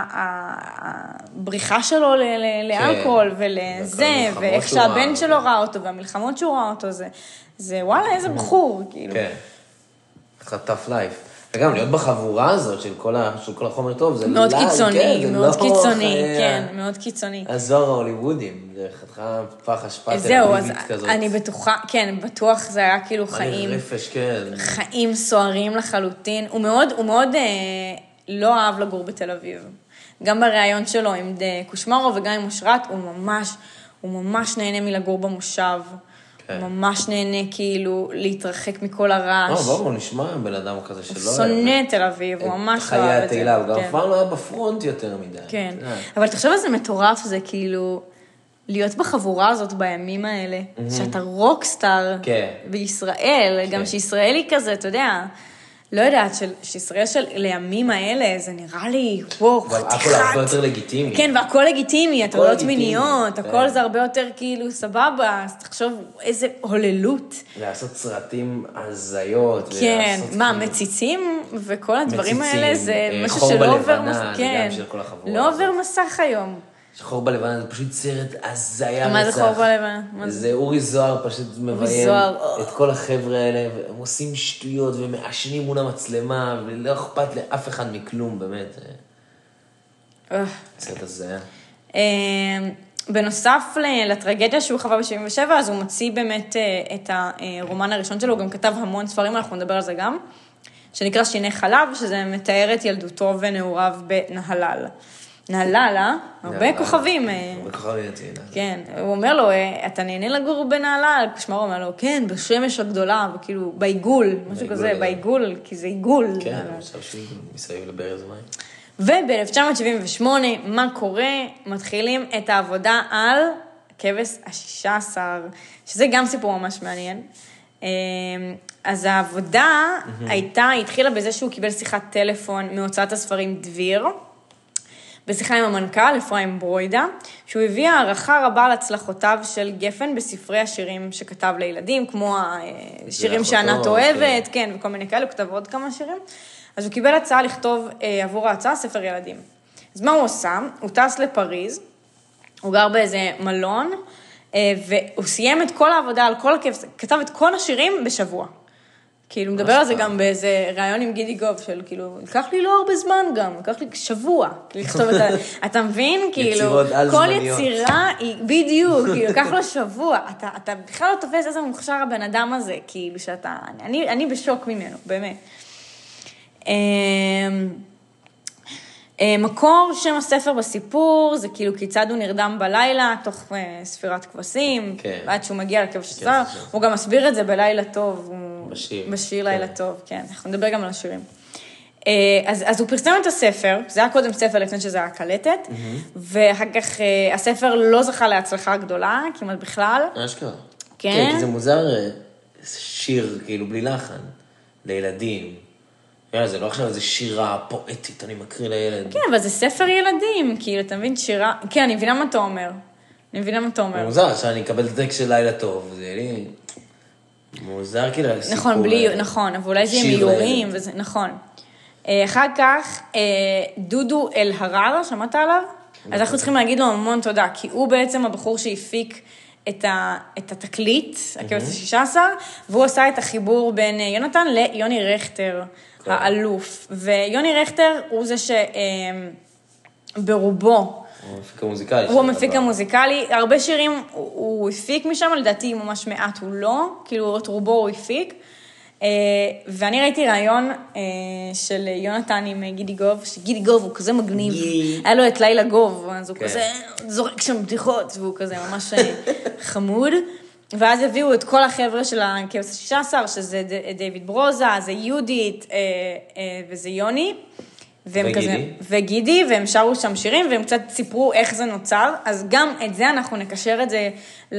הבריחה שלו לאלכוהול ולזה, ואיך שהבן שלו ראה אותו, והמלחמות שהוא ראה אותו, זה וואלה, איזה בחור, כאילו. כן, זה tough life. וגם להיות בחבורה הזאת של כל החומר טוב, זה מאוד קיצוני, מאוד קיצוני, כן, מאוד קיצוני. הזוהר ההוליוודים, זה חתיכה פח אשפה זהו, אז אני בטוחה, כן, בטוח זה היה כאילו חיים, רפש, כן. חיים סוערים לחלוטין. הוא מאוד, הוא מאוד לא אהב לגור בתל אביב. גם בריאיון שלו עם קושמרו וגם עם אושרת, הוא ממש, הוא ממש נהנה מלגור במושב. הוא ממש נהנה כאילו להתרחק מכל הרעש. לא, ברור, נשמע בן אדם כזה שלא... שונא תל אביב, הוא ממש לא אוהב את זה. חיי התהילה, הוא גם כבר לא היה בפרונט יותר מדי. כן, אבל תחשוב איזה מטורף זה כאילו, להיות בחבורה הזאת בימים האלה, שאתה רוקסטאר בישראל, גם שישראל היא כזה, אתה יודע, לא יודעת, שישראל של לימים האלה, זה נראה לי, וואו, חתיכת. הכל הרבה יותר לגיטימי. כן, והכל לגיטימי, הטרדות מיניות, הכל זה הרבה יותר כאילו סבבה, אז תחשוב איזה הוללות. לעשות סרטים הזיות. כן, מה, מציצים וכל הדברים האלה, זה משהו שלא עובר מסך, כן, לא עובר מסך היום. שחור בלבן זה פשוט סרט הזיה רצח. מה זה חור בלבן? זה אורי זוהר פשוט מביים את כל החבר'ה האלה, והם עושים שטויות ומעשנים מול המצלמה, ולא אכפת לאף אחד מכלום, באמת. סרט הזיה. בנוסף לטרגדיה שהוא חווה ב-שבעים ושבע, אז הוא מוציא באמת את הרומן הראשון שלו, הוא גם כתב המון ספרים, אנחנו נדבר על זה גם, שנקרא שיני חלב, שזה מתאר את ילדותו ונעוריו בנהלל. נהלל, אה? הרבה כוכבים. הרבה כוכבים, כן, הוא אומר לו, אתה נהנה לגור בנהלל? כשמר הוא אומר לו, כן, בשמש הגדולה, וכאילו, בעיגול, משהו כזה, בעיגול, כי זה עיגול. כן, עכשיו שעיגול, מסביב לברז מים. וב-אלף תשע מאות שבעים ושמונה, מה קורה? מתחילים את העבודה על כבש השישה עשר, שזה גם סיפור ממש מעניין. אז העבודה הייתה, התחילה בזה שהוא קיבל שיחת טלפון מהוצאת הספרים דביר, בשיחה עם המנכ"ל, אפרים ברוידה, שהוא הביא הערכה רבה על הצלחותיו של גפן בספרי השירים שכתב לילדים, כמו השירים שענת אוהבת, כן, וכל מיני כאלה, הוא כתב עוד כמה שירים. אז הוא קיבל הצעה לכתוב אה, עבור ההצעה ספר ילדים. אז מה הוא עושה? הוא טס לפריז, הוא גר באיזה מלון, אה, והוא סיים את כל העבודה על כל הכיף, כתב את כל השירים בשבוע. כאילו, הוא מדבר על זה גם באיזה רעיון עם גידי גוב, של כאילו, לקח לי לא הרבה זמן גם, לקח לי שבוע, כאילו, לכתוב את ה... אתה מבין? כאילו, כל יצירה היא, בדיוק, כאילו, לקח לו שבוע, אתה, אתה בכלל לא תופס איזה מוכשר הבן אדם הזה, כאילו, שאתה, אני, אני בשוק ממנו, באמת. מקור שם הספר בסיפור, זה כאילו כיצד הוא נרדם בלילה, תוך ספירת כבשים, ועד שהוא מגיע לכבש השישה, הוא גם מסביר את זה בלילה טוב, בשיר לילה טוב, כן, אנחנו נדבר גם על השירים. אז הוא פרסם את הספר, זה היה קודם ספר לפני שזה היה קלטת, ואחר כך הספר לא זכה להצלחה גדולה, כמעט בכלל. אשכרה. כן, כי זה מוזר שיר, כאילו בלי לחן, לילדים. יאללה, זה לא עכשיו איזו שירה פואטית, אני מקריא לילד. כן, אבל זה ספר ילדים, כאילו, אתה מבין שירה... כן, אני מבינה מה אתה אומר. אני מבינה מה אתה אומר. מוזר, שאני אקבל את הטקסט של לילה טוב, זה לי... מוזר כאילו על סיפור. נכון, בלי... נכון, אבל אולי זה יהיה מיורים, וזה... נכון. אחר כך, דודו אל-הרר, שמעת עליו? אז אנחנו צריכים להגיד לו המון תודה, כי הוא בעצם הבחור שהפיק את, ה, את התקליט, הכבש השישה עשר, והוא עשה את החיבור בין יונתן ליוני רכטר, האלוף. ויוני רכטר הוא זה שברובו, הוא המפיק המוזיקלי. הוא המפיק המוזיקלי, הרבה שירים הוא, הוא הפיק משם, לדעתי ממש מעט הוא לא, כאילו את רובו הוא הפיק. ואני ראיתי רעיון של יונתן עם גידי גוב, שגידי גוב הוא כזה מגניב, היה לו את לילה גוב, אז הוא כזה זורק שם בדיחות, והוא כזה ממש חמוד, ואז הביאו את כל החבר'ה של הכבש השישה עשר, שזה דיוויד ברוזה, זה יהודית וזה יוני, וגידי. וגידי, והם שרו שם שירים, והם קצת סיפרו איך זה נוצר, אז גם את זה אנחנו נקשר את זה ל...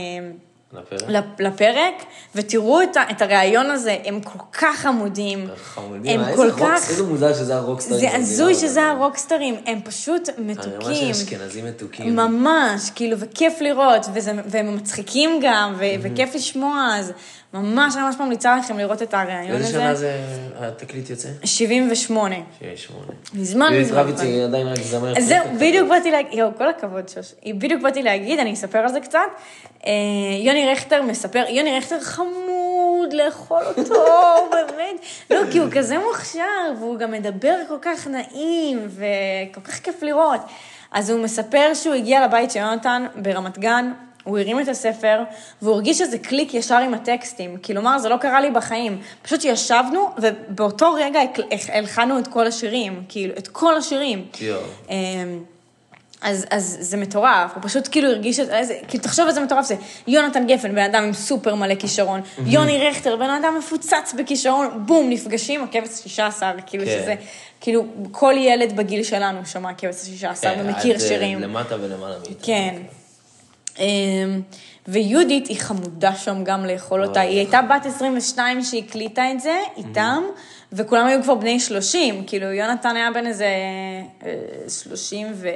לפרק. לפרק, ותראו את, את הרעיון הזה, הם כל כך עמודים. חמודים, הם כל כך... איזה מוזר שזה הרוקסטרים. זה הזוי שזה הרוקסטרים, הם פשוט מתוקים. ממש אשכנזים מתוקים. ממש, כאילו, וכיף לראות, וזה, והם מצחיקים גם, ו, וכיף לשמוע, אז ממש ממש ממליצה לכם לראות את הרעיון הזה. איזה שנה זה התקליט יוצא? שבעים ושמונה. שבעים ושמונה. מזמן. יואית רביצי עדיין רק זמר. זהו, בדיוק באתי להגיד, יואו, כל הכבוד שוש. בדיוק באתי להגיד, אני אספר על זה קצת. יוני רכטר מספר, יוני רכטר חמוד לאכול אותו, באמת. לא, כי הוא כזה מוכשר, והוא גם מדבר כל כך נעים, וכל כך כיף לראות. אז הוא מספר שהוא הגיע לבית של יונתן ברמת גן, הוא הרים את הספר, והוא הרגיש שזה קליק ישר עם הטקסטים. כלומר, זה לא קרה לי בחיים. פשוט ישבנו, ובאותו רגע הלחנו את כל השירים, כאילו, את כל השירים. אז, אז זה מטורף, הוא פשוט כאילו הרגיש את זה, כאילו תחשוב איזה מטורף זה, יונתן גפן, בן אדם עם סופר מלא כישרון, יוני רכטר, בן אדם מפוצץ בכישרון, בום, נפגשים, הכבש השישה עשר, כאילו שזה, כאילו כל ילד בגיל שלנו שמע הכבש השישה עשר, ומכיר שירים. למטה ולמעלה מאיתה. כן. ויהודית היא חמודה שם גם לאכול אותה, היא הייתה בת עשרים ושתיים שהקליטה את זה איתם, וכולם היו כבר בני שלושים, כאילו יונתן היה בן איזה שלושים ו...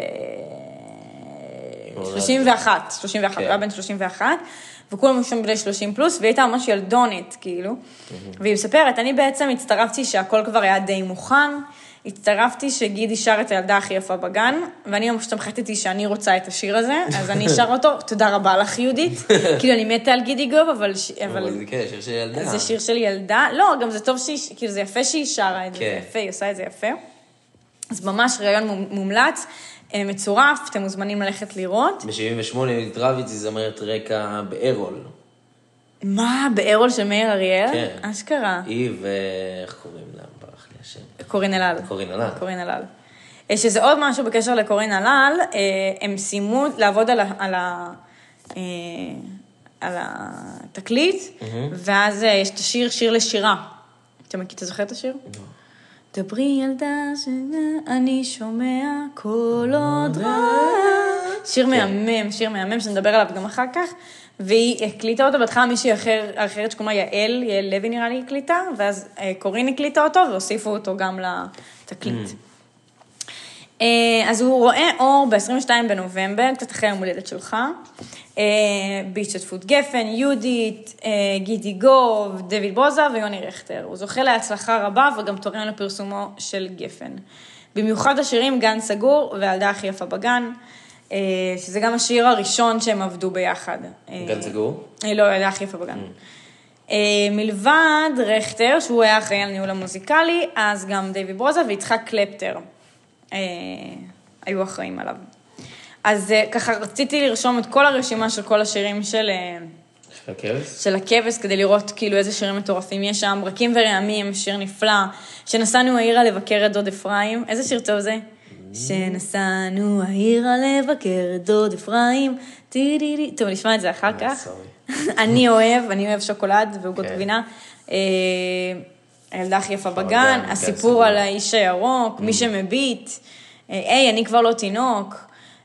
שלושים ואחת, שלושים ואחת, הוא היה בן שלושים ואחת, וכולם היו שם בני שלושים פלוס, והיא הייתה ממש ילדונית, כאילו, והיא מספרת, אני בעצם הצטרפתי שהכל כבר היה די מוכן, הצטרפתי שגידי שר את הילדה הכי יפה בגן, ואני ממש תמחתתי שאני רוצה את השיר הזה, אז אני שר אותו, תודה רבה לך יהודית, כאילו אני מתה על גידי גוב, אבל... אבל זה כן, שיר של ילדה. זה שיר של ילדה, לא, גם זה טוב שהיא, כאילו זה יפה שהיא שרה את זה, זה יפה, היא עושה את זה יפה. אז ממש רעיון מומלץ, מצורף, אתם מוזמנים ללכת לראות. ב-שבעים ושמונה יהודית רביץ היא זמרת רקע בארול. מה? בארול של מאיר אריאל? כן. אשכרה. היא ואיך קוראים לה? ברח לי השם. קורין אלל. קורין אלל. קורין אלל. שזה עוד משהו בקשר לקורין אלל, הם סיימו לעבוד על, ה, על, ה, על התקליט, mm-hmm. ואז יש את השיר, שיר לשירה. אתה מכיר, אתה זוכר את השיר? לא. דברי ילדה שאני שומע כל עוד רע. שיר מהמם, שיר מהמם, שנדבר עליו גם אחר כך, והיא הקליטה אותו, בהתחלה מישהי אחר, אחרת שקוראים לה יעל, יעל לוי נראה לי הקליטה, ואז קורין הקליטה אותו, והוסיפו אותו גם לתקליט. אז הוא רואה אור ב-עשרים ושניים בנובמבר, קצת אחרי יום הולדת שלך, בהשתתפות גפן, יהודית, גידי גוב, דוד בוזה ויוני רכטר. הוא זוכה להצלחה רבה וגם תורם לפרסומו של גפן. במיוחד השירים גן סגור והילדה הכי יפה בגן, שזה גם השיר הראשון שהם עבדו ביחד. גן סגור? לא, הילדה הכי יפה בגן. מלבד רכטר, שהוא היה אחראי על ניהול המוזיקלי, אז גם דוד בוזה ויצחק קלפטר היו אחראים עליו. אז ככה רציתי לרשום את כל הרשימה של כל השירים של... של הכבש? של הכבש, כדי לראות כאילו איזה שירים מטורפים יש שם. רקים ורעמים, שיר נפלא. שנסענו העירה לבקר את דוד אפרים. איזה שיר טוב זה? שנסענו העירה לבקר את דוד אפרים. טוב, נשמע את זה אחר כך. אני אוהב, אני אוהב שוקולד ועוגות גבינה. הילדה הכי יפה בגן. הסיפור על האיש הירוק, מי שמביט. היי, אני כבר לא תינוק.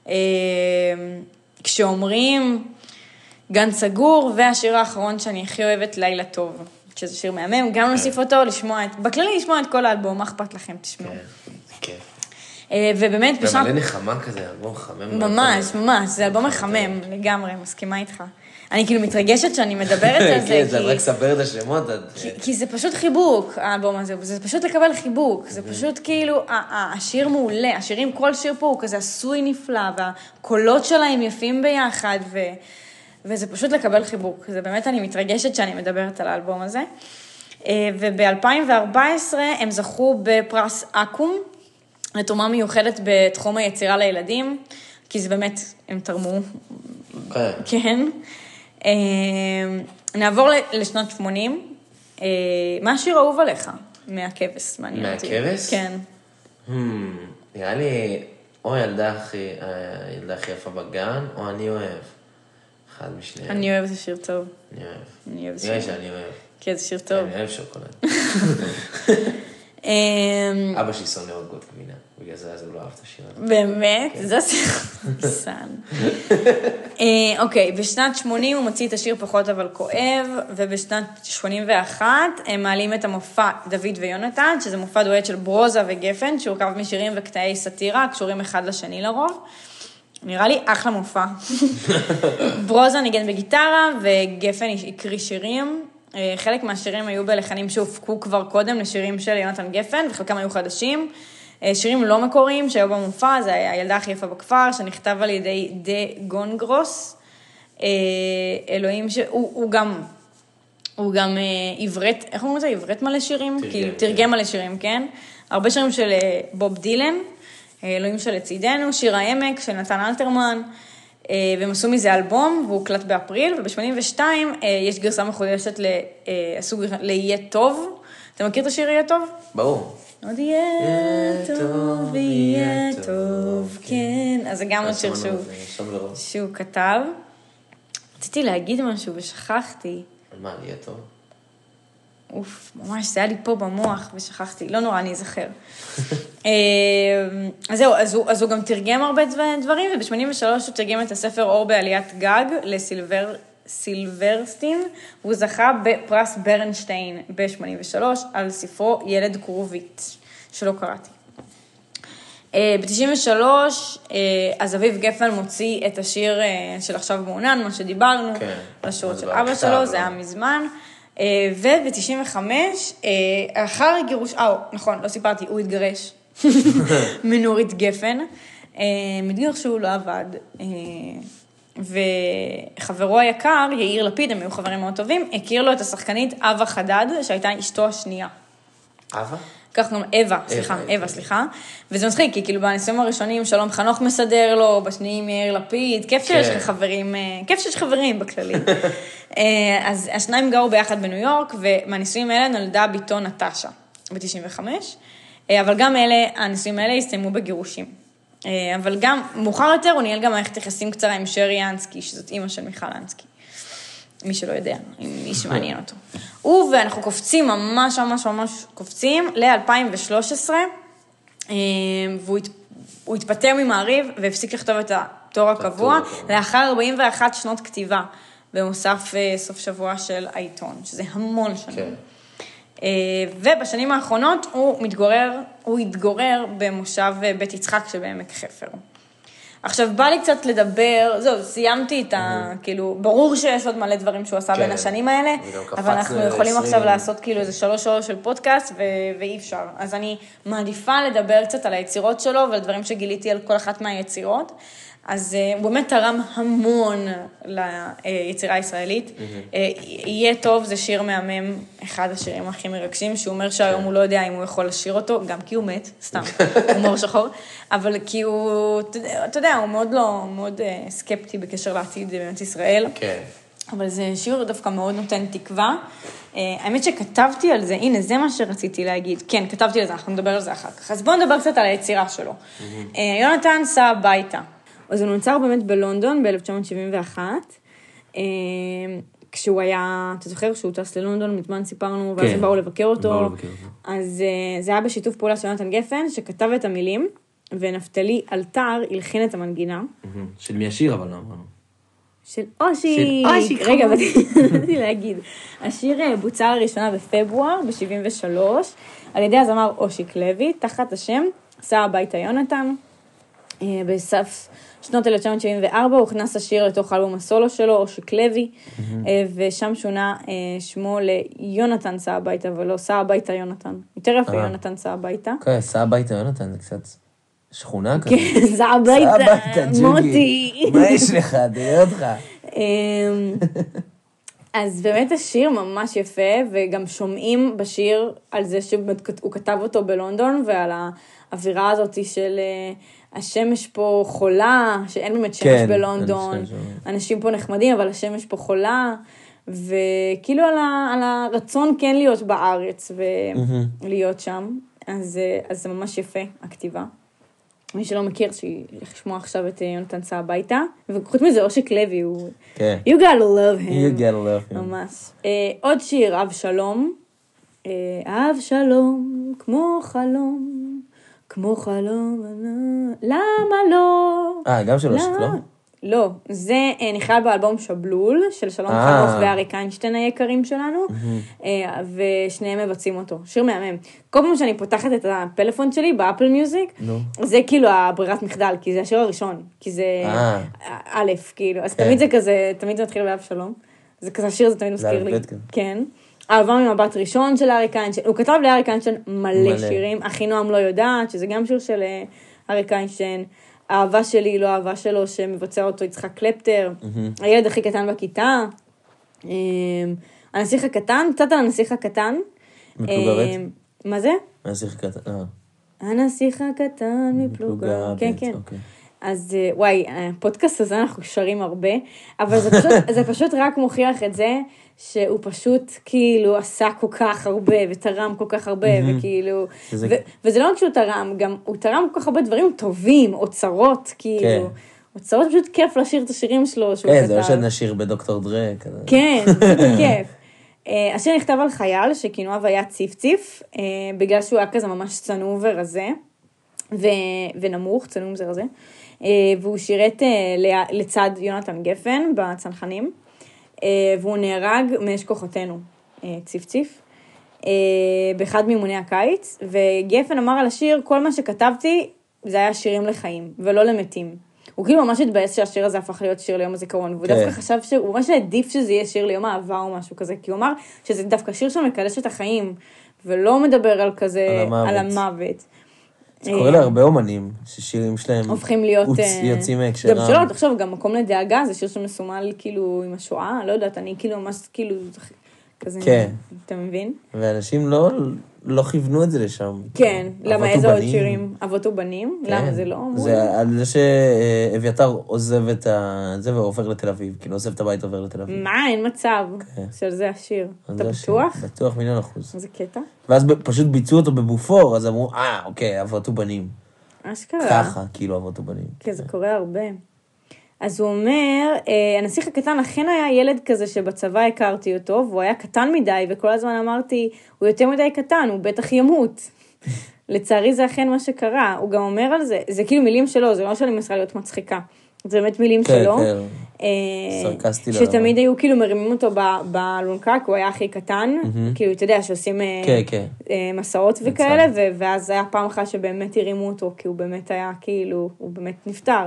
כשאומרים גן סגור, והשיר האחרון שאני הכי אוהבת, לילה טוב, שזה שיר מהמם, גם נוסיף אותו, לשמוע את, בכללי לשמוע את כל האלבום, מה אכפת לכם, תשמעו. כן, ובאמת, בשם... ומלא נחמה כזה, אלבום מחמם. ממש, ממש, זה אלבום מחמם, לגמרי, מסכימה איתך. אני כאילו מתרגשת שאני מדברת על זה. כן, זה רק ספר את השמות. כי זה פשוט חיבוק, האלבום הזה, זה פשוט לקבל חיבוק, זה פשוט כאילו, השיר מעולה, השירים, כל שיר פה הוא כזה עשוי נפלא, והקולות שלהם יפים ביחד, וזה פשוט לקבל חיבוק. זה באמת, אני מתרגשת שאני מדברת על האלבום הזה. וב-אלפיים וארבע עשרה הם זכו בפרס אקו"ם, לתרומה מיוחדת בתחום היצירה לילדים, כי זה באמת, הם תרמו. כן. נעבור לשנות שמונים. מה השיר אהוב עליך? מהכבש, מעניין אותי. מהכבש? כן. נראה לי, או ילדה הכי יפה בגן, או אני אוהב. אחד משניהם. אני אוהב, זה שיר טוב. אני אוהב. אני אוהב. נראה שאני אוהב. כן, זה שיר טוב. אני אוהב שוקולד. אבא שלי שונא עוגות גבינה, בגלל זה אז הוא לא אהב את השיר הזה. באמת? זה סן. אוקיי, בשנת שמונים הוא מוציא את השיר פחות אבל כואב, ובשנת שמונים ואחת הם מעלים את המופע דוד ויונתן, שזה מופע דואט של ברוזה וגפן, שהורכב משירים וקטעי סאטירה, קשורים אחד לשני לרוב. נראה לי אחלה מופע. ברוזה ניגן בגיטרה, וגפן הקריא שירים. חלק מהשירים היו בלחנים שהופקו כבר קודם לשירים של יונתן גפן, וחלקם היו חדשים. שירים לא מקוריים שהיו במופע, זה היה הילדה הכי יפה בכפר, שנכתב על ידי דה גונגרוס. אלוהים שהוא הוא גם, הוא גם עברת, איך אומרים את זה? עברת מלא שירים? כאילו, תרגם מלא שירים, כן? הרבה שירים של בוב דילן, אלוהים שלצידנו, שיר העמק של נתן אלתרמן, והם עשו מזה אלבום, והוא קלט באפריל, וב-שמונים ושתיים יש גרסה מחודשת לסוג ליהיה טוב. אתה מכיר את השיר יהיה טוב? ברור. עוד יהיה טוב, יהיה טוב, כן. אז זה גם עוד שיר שהוא כתב. רציתי להגיד משהו ושכחתי. על מה, יהיה טוב? אוף, ממש, זה היה לי פה במוח ושכחתי. לא נורא, אני אזכר. אז זהו, אז הוא, אז הוא גם תרגם הרבה דברים, וב-שמונים ושלוש הוא תרגם את הספר אור בעליית גג לסילבר, סילברסטין, והוא זכה בפרס ברנשטיין ב-שמונים ושלוש על ספרו ילד קרובית, שלא קראתי. ב-תשעים ושלוש, אז אביב גפן מוציא את השיר של עכשיו מעונן, מה שדיברנו, על השירות של אבא שלו, זה היה מזמן. וב-תשעים וחמש, אחר הגירוש, אה, נכון, לא סיפרתי, הוא התגרש. מנורית גפן. הם התגרשו, לא עבד. וחברו היקר, יאיר לפיד, הם היו חברים מאוד טובים, הכיר לו את השחקנית אווה חדד, שהייתה אשתו השנייה. אווה? כך גם אווה, סליחה, אווה, סליחה. וזה מצחיק, כי כאילו בניסויים הראשונים, שלום חנוך מסדר לו, בשניים יאיר לפיד, כיף שיש לך חברים, כיף שיש חברים בכללי. אז השניים גרו ביחד בניו יורק, ומהניסויים האלה נולדה ביתו נטשה, ב-תשעים וחמש, אבל גם אלה, הניסויים האלה הסתיימו בגירושים. אבל גם, מאוחר יותר, הוא ניהל גם מערכת יחסים קצרה עם שרי אנסקי, שזאת אימא של מיכל אנסקי. מי שלא יודע, מי שמעניין אותו. הוא ואנחנו קופצים, ממש ממש ממש קופצים, ל-אלפיים ושלוש עשרה, והוא התפטר ממעריב, והפסיק לכתוב את התור הקבוע, לאחר ארבעים ואחת שנות כתיבה, במוסף סוף שבוע של העיתון, שזה המון שנים. ובשנים האחרונות הוא מתגורר, הוא התגורר במושב בית יצחק שבעמק חפר. עכשיו, בא לי קצת לדבר, זהו, סיימתי את ה... כאילו, ברור שיש עוד מלא דברים שהוא עשה בין השנים האלה, אבל אנחנו יכולים עכשיו לעשות כאילו איזה שלוש שעות של פודקאסט, ואי אפשר. אז אני מעדיפה לדבר קצת על היצירות שלו, ועל דברים שגיליתי על כל אחת מהיצירות. אז הוא באמת תרם המון ליצירה הישראלית. יהיה טוב, זה שיר מהמם, אחד השירים הכי מרגשים, שהוא אומר שהיום הוא לא יודע אם הוא יכול לשיר אותו, גם כי הוא מת, סתם, הומור שחור, אבל כי הוא, אתה יודע, הוא מאוד לא, מאוד סקפטי בקשר לעתיד במדינת ישראל. כן. אבל זה שיר דווקא מאוד נותן תקווה. האמת שכתבתי על זה, הנה, זה מה שרציתי להגיד. כן, כתבתי על זה, אנחנו נדבר על זה אחר כך. אז בואו נדבר קצת על היצירה שלו. יונתן סע הביתה. אז הוא נוצר באמת בלונדון ב-אלף תשע מאות שבעים ואחת, כשהוא היה, אתה זוכר שהוא טס ללונדון, מזמן סיפרנו, ואז הם באו לבקר אותו. אז זה היה בשיתוף פעולה של יונתן גפן, שכתב את המילים, ונפתלי אלתר הלחין את המנגינה. של מי השיר אבל לא אמרנו? של אושיק. רגע, באתי להגיד. השיר בוצע לראשונה בפברואר, ב-שבעים ושלוש, על ידי הזמר אושיק לוי, תחת השם, סע הביתה יונתן. בסף שנות אלף תשע מאות שבעים וארבע הוא הכנס השיר לתוך אלבום הסולו שלו, אושיק לוי, ושם שונה שמו ליונתן סע הביתה, ולא סע הביתה יונתן. יותר יפה יונתן סע הביתה. כן, סע הביתה יונתן, זה קצת שכונה כזאת. כן, סע הביתה, מוטי. מה יש לך? תראה אותך. אז באמת השיר ממש יפה, וגם שומעים בשיר על זה שהוא כתב אותו בלונדון, ועל האווירה הזאת של השמש פה חולה, שאין באמת שמש כן, בלונדון, אנשים פה נחמדים, אבל השמש פה חולה, וכאילו על, ה, על הרצון כן להיות בארץ, ולהיות שם, אז, אז זה ממש יפה, הכתיבה. מי שלא מכיר, שילך לשמוע עכשיו את יונתן סע הביתה, וחוץ מזה אושיק לוי, הוא... כן. You gotta love him. You gotta love him. ממש. עוד שיר, אב שלום. אב שלום, כמו חלום, כמו חלום, למה לא? אה, גם של אושיק, לא? לא, זה נכלל באלבום שבלול, של שלום חנוך וארי קיינשטיין היקרים שלנו, ושניהם מבצעים אותו. שיר מהמם. כל פעם שאני פותחת את הפלאפון שלי באפל מיוזיק, זה כאילו הברירת מחדל, כי זה השיר הראשון, כי זה א', כאילו. אז תמיד זה כזה, תמיד זה מתחיל באב שלום. זה כזה השיר, זה תמיד מזכיר לי. כן. האלבום ממבט ראשון של ארי קיינשטיין. הוא כתב לארי קיינשטיין מלא שירים. אחי נועם לא יודעת, שזה גם שיר של ארי קיינשטיין. האהבה שלי, לא האהבה שלו, שמבצע אותו יצחק קלפטר, mm-hmm. הילד הכי קטן בכיתה, הנסיך הקטן, קצת על הנסיך הקטן. מפלוגה ב'? מה זה? הנסיך הקטן, אה. הנסיך הקטן מפלוגה, כן, כן. אוקיי. אז וואי, הפודקאסט הזה אנחנו שרים הרבה, אבל זה פשוט, זה פשוט רק מוכיח את זה, שהוא פשוט כאילו עשה כל כך הרבה, ותרם כל כך הרבה, mm-hmm. וכאילו, שזה... ו- וזה לא רק שהוא תרם, גם הוא תרם כל כך הרבה דברים טובים, אוצרות, כאילו, כן. אוצרות פשוט כיף לשיר את השירים שלו, שהוא כן, כתב. זה לא שנשיר בדוקטור דרה, כזה. כן, זה כיף. השיר נכתב על חייל, שכינויו היה ציף ציף, בגלל שהוא היה כזה ממש צנום ורזה, ו- ונמוך, צנום זה רזה, והוא שירת לצד יונתן גפן בצנחנים, והוא נהרג מאש כוחותינו, ציף ציף, באחד מימוני הקיץ, וגפן אמר על השיר, כל מה שכתבתי זה היה שירים לחיים, ולא למתים. הוא כאילו ממש התבאס שהשיר הזה הפך להיות שיר ליום הזיכרון, והוא דווקא חשב שהוא ממש עדיף שזה יהיה שיר ליום האהבה או משהו כזה, כי הוא אמר שזה דווקא שיר שמקדש את החיים, ולא מדבר על כזה, על המוות. זה קורה להרבה אומנים, ששירים שלהם הופכים להיות... יוצאים מהקשרם. גם שלא, תחשוב, גם מקום לדאגה, זה שיר שמסומל כאילו עם השואה, לא יודעת, אני כאילו ממש כאילו... כזה, כן. אתה מבין? ואנשים לא, לא כיוונו את זה לשם. כן, למה איזה עוד שירים? אבות ובנים? כן. למה זה לא? זה על זה שאביתר עוזב את זה ועובר לתל אביב, כאילו עוזב את הבית ועובר לתל אביב. מה, אין מצב של זה השיר. אתה בטוח? בטוח, מיליון אחוז. זה קטע. ואז פשוט ביצעו אותו בבופור, אז אמרו, אה, אוקיי, אבות ובנים. אשכרה. ככה, כאילו אבות ובנים. כן, זה קורה הרבה. אז הוא אומר, הנסיך הקטן אכן היה ילד כזה שבצבא הכרתי אותו, והוא היה קטן מדי, וכל הזמן אמרתי, הוא יותר מדי קטן, הוא בטח ימות. לצערי זה אכן מה שקרה. הוא גם אומר על זה, זה כאילו מילים שלו, זה לא שאני מנסה להיות מצחיקה. זה באמת מילים כן, שלו. כן, סרקסטי לרמה. שתמיד היו כאילו מרימים אותו באלונקה, כי הוא היה הכי קטן, כאילו, אתה יודע, שעושים כן, כן. מסעות וכאלה, ואז היה פעם אחת שבאמת הרימו אותו, כי הוא באמת היה כאילו, הוא באמת נפטר.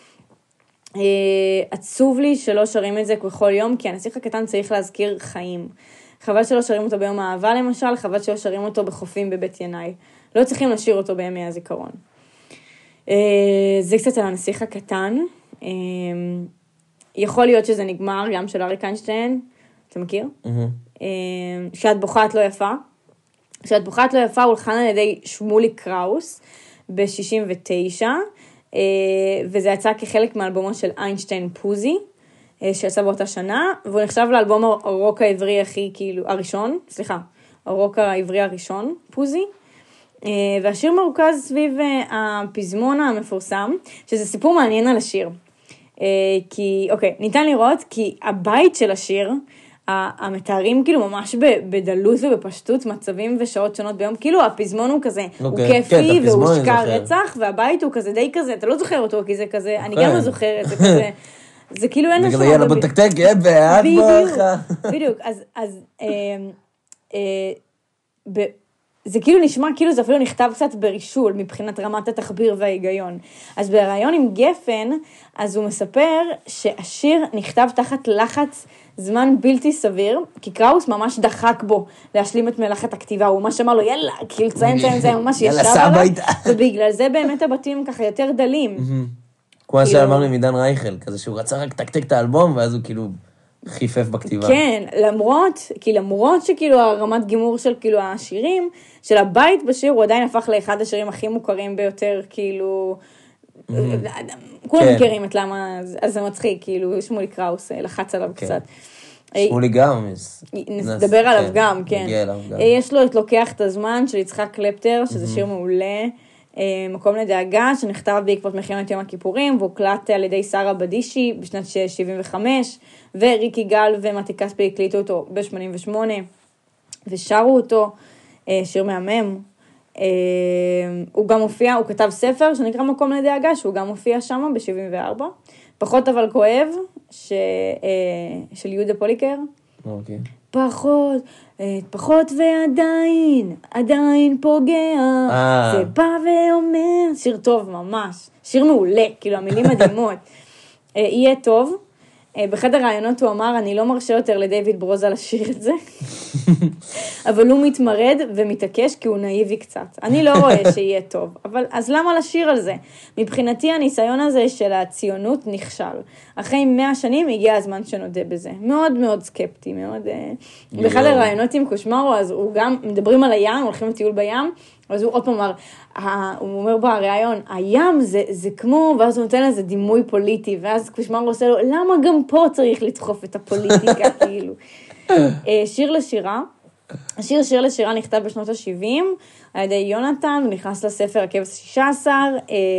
עצוב לי שלא שרים את זה בכל יום, כי הנסיך הקטן צריך להזכיר חיים. חבל שלא שרים אותו ביום האהבה למשל, חבל שלא שרים אותו בחופים בבית ינאי. לא צריכים לשיר אותו בימי הזיכרון. זה קצת על הנסיך הקטן. יכול להיות שזה נגמר, גם של אריק איינשטיין, אתה מכיר? שאת בוחרת לא יפה. שאת בוחרת לא יפה הולחן על ידי שמולי קראוס ב-שישים ותשע, וזה יצא כחלק מאלבומו של איינשטיין פוזי, שיצא באותה שנה, והוא נחשב לאלבום הרוק העברי הכי, כאילו, הראשון, סליחה, הרוק העברי הראשון, פוזי, והשיר מרוכז סביב הפזמון המפורסם, שזה סיפור מעניין על השיר. כי, אוקיי, ניתן לראות, כי הבית של השיר, המתארים כאילו ממש בדלות ובפשטות מצבים ושעות שונות ביום, כאילו הפזמון הוא כזה, הוא כיפי והוא שקע רצח, והבית הוא כזה די כזה, אתה לא זוכר אותו כי זה כזה, אני גם לא זוכרת, זה כזה, זה כאילו אין משהו. יאללה בתקתק, בעד ברכה. בדיוק, אז זה כאילו נשמע, כאילו זה אפילו נכתב קצת ברישול, מבחינת רמת התחביר וההיגיון. אז ברעיון עם גפן, אז הוא מספר שהשיר נכתב תחת לחץ זמן בלתי סביר, כי קראוס ממש דחק בו להשלים את מלאכת הכתיבה, הוא ממש אמר לו, יאללה, כאילו ציין ציין ציין, ממש ישב עליו, ובגלל זה באמת הבתים ככה יותר דלים. כמו שאמרנו עם עידן רייכל, כזה שהוא רצה רק תקתק את האלבום, ואז הוא כאילו חיפף בכתיבה. כן, למרות, כי למרות שכאילו הרמת גימור של כאילו השירים, של הבית בשיר, הוא עדיין הפך לאחד השירים הכי מוכרים ביותר, כאילו, כולם מכירים את למה, אז זה מצחיק, כאילו, שמולי קראוס לחץ עליו קצת. שמולי גם. נדבר עליו גם, כן. יש לו את לוקח את הזמן של יצחק קלפטר, שזה שיר מעולה, מקום לדאגה, שנכתב בעקבות מלחמת יום הכיפורים, והוקלט על ידי שרה בדישי בשנת שבעים וחמש, וריקי גל ומתי כספי הקליטו אותו ב-שמונים ושמונה, ושרו אותו, שיר מהמם. הוא גם הופיע, הוא כתב ספר שנקרא מקום לדאגה, שהוא גם הופיע שם ב-שבעים וארבע, פחות אבל כואב, ש... של יהודה פוליקר. אוקיי. פחות, פחות ועדיין, עדיין פוגע, זה בא ואומר, שיר טוב ממש, שיר מעולה, כאילו המילים מדהימות, יהיה טוב. בחדר רעיונות הוא אמר, אני לא מרשה יותר לדיוויד ברוזה לשיר את זה, אבל הוא מתמרד ומתעקש כי הוא נאיבי קצת. אני לא רואה שיהיה טוב, אבל אז למה לשיר על זה? מבחינתי הניסיון הזה של הציונות נכשל. אחרי מאה שנים הגיע הזמן שנודה בזה. מאוד מאוד סקפטי, מאוד... באחד הרעיונות עם קושמרו, אז הוא גם, מדברים על הים, הולכים לטיול בים, אז הוא עוד פעם אמר, הוא אומר ברעיון, הים זה, זה כמו, ואז הוא נותן לזה דימוי פוליטי, ואז קושמרו עושה לו, למה גם פה צריך לדחוף את הפוליטיקה, כאילו? שיר לשירה, השיר שיר לשירה נכתב בשנות ה-שבעים, על ידי יונתן, ונכנס לספר הכבש השישה עשר,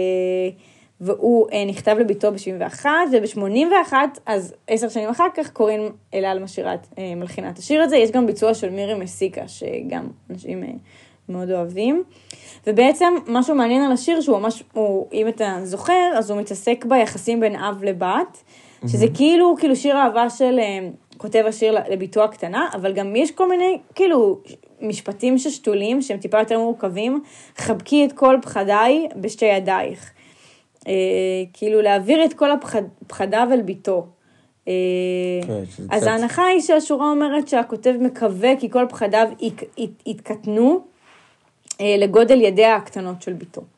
והוא נכתב לביתו ב-שבעים ואחת, וב-שמונים ואחת, אז עשר שנים אחר כך, קוראים אלה לשירת מלחינת השיר הזה, יש גם ביצוע של מירי מסיקה, שגם אנשים... מאוד אוהבים, ובעצם משהו מעניין על השיר, שהוא ממש, הוא, אם אתה זוכר, אז הוא מתעסק ביחסים בין אב לבת, שזה כאילו, כאילו שיר אהבה של כותב השיר לביתו הקטנה, אבל גם יש כל מיני, כאילו, משפטים ששתולים, שהם טיפה יותר מורכבים, חבקי את כל פחדיי בשתי ידייך. אה, כאילו, להעביר את כל הפחדיו אל ביתו. אה, אז ההנחה היא שהשורה אומרת שהכותב מקווה, כי כל פחדיו יתקטנו, לגודל ידיה הקטנות של ביתו.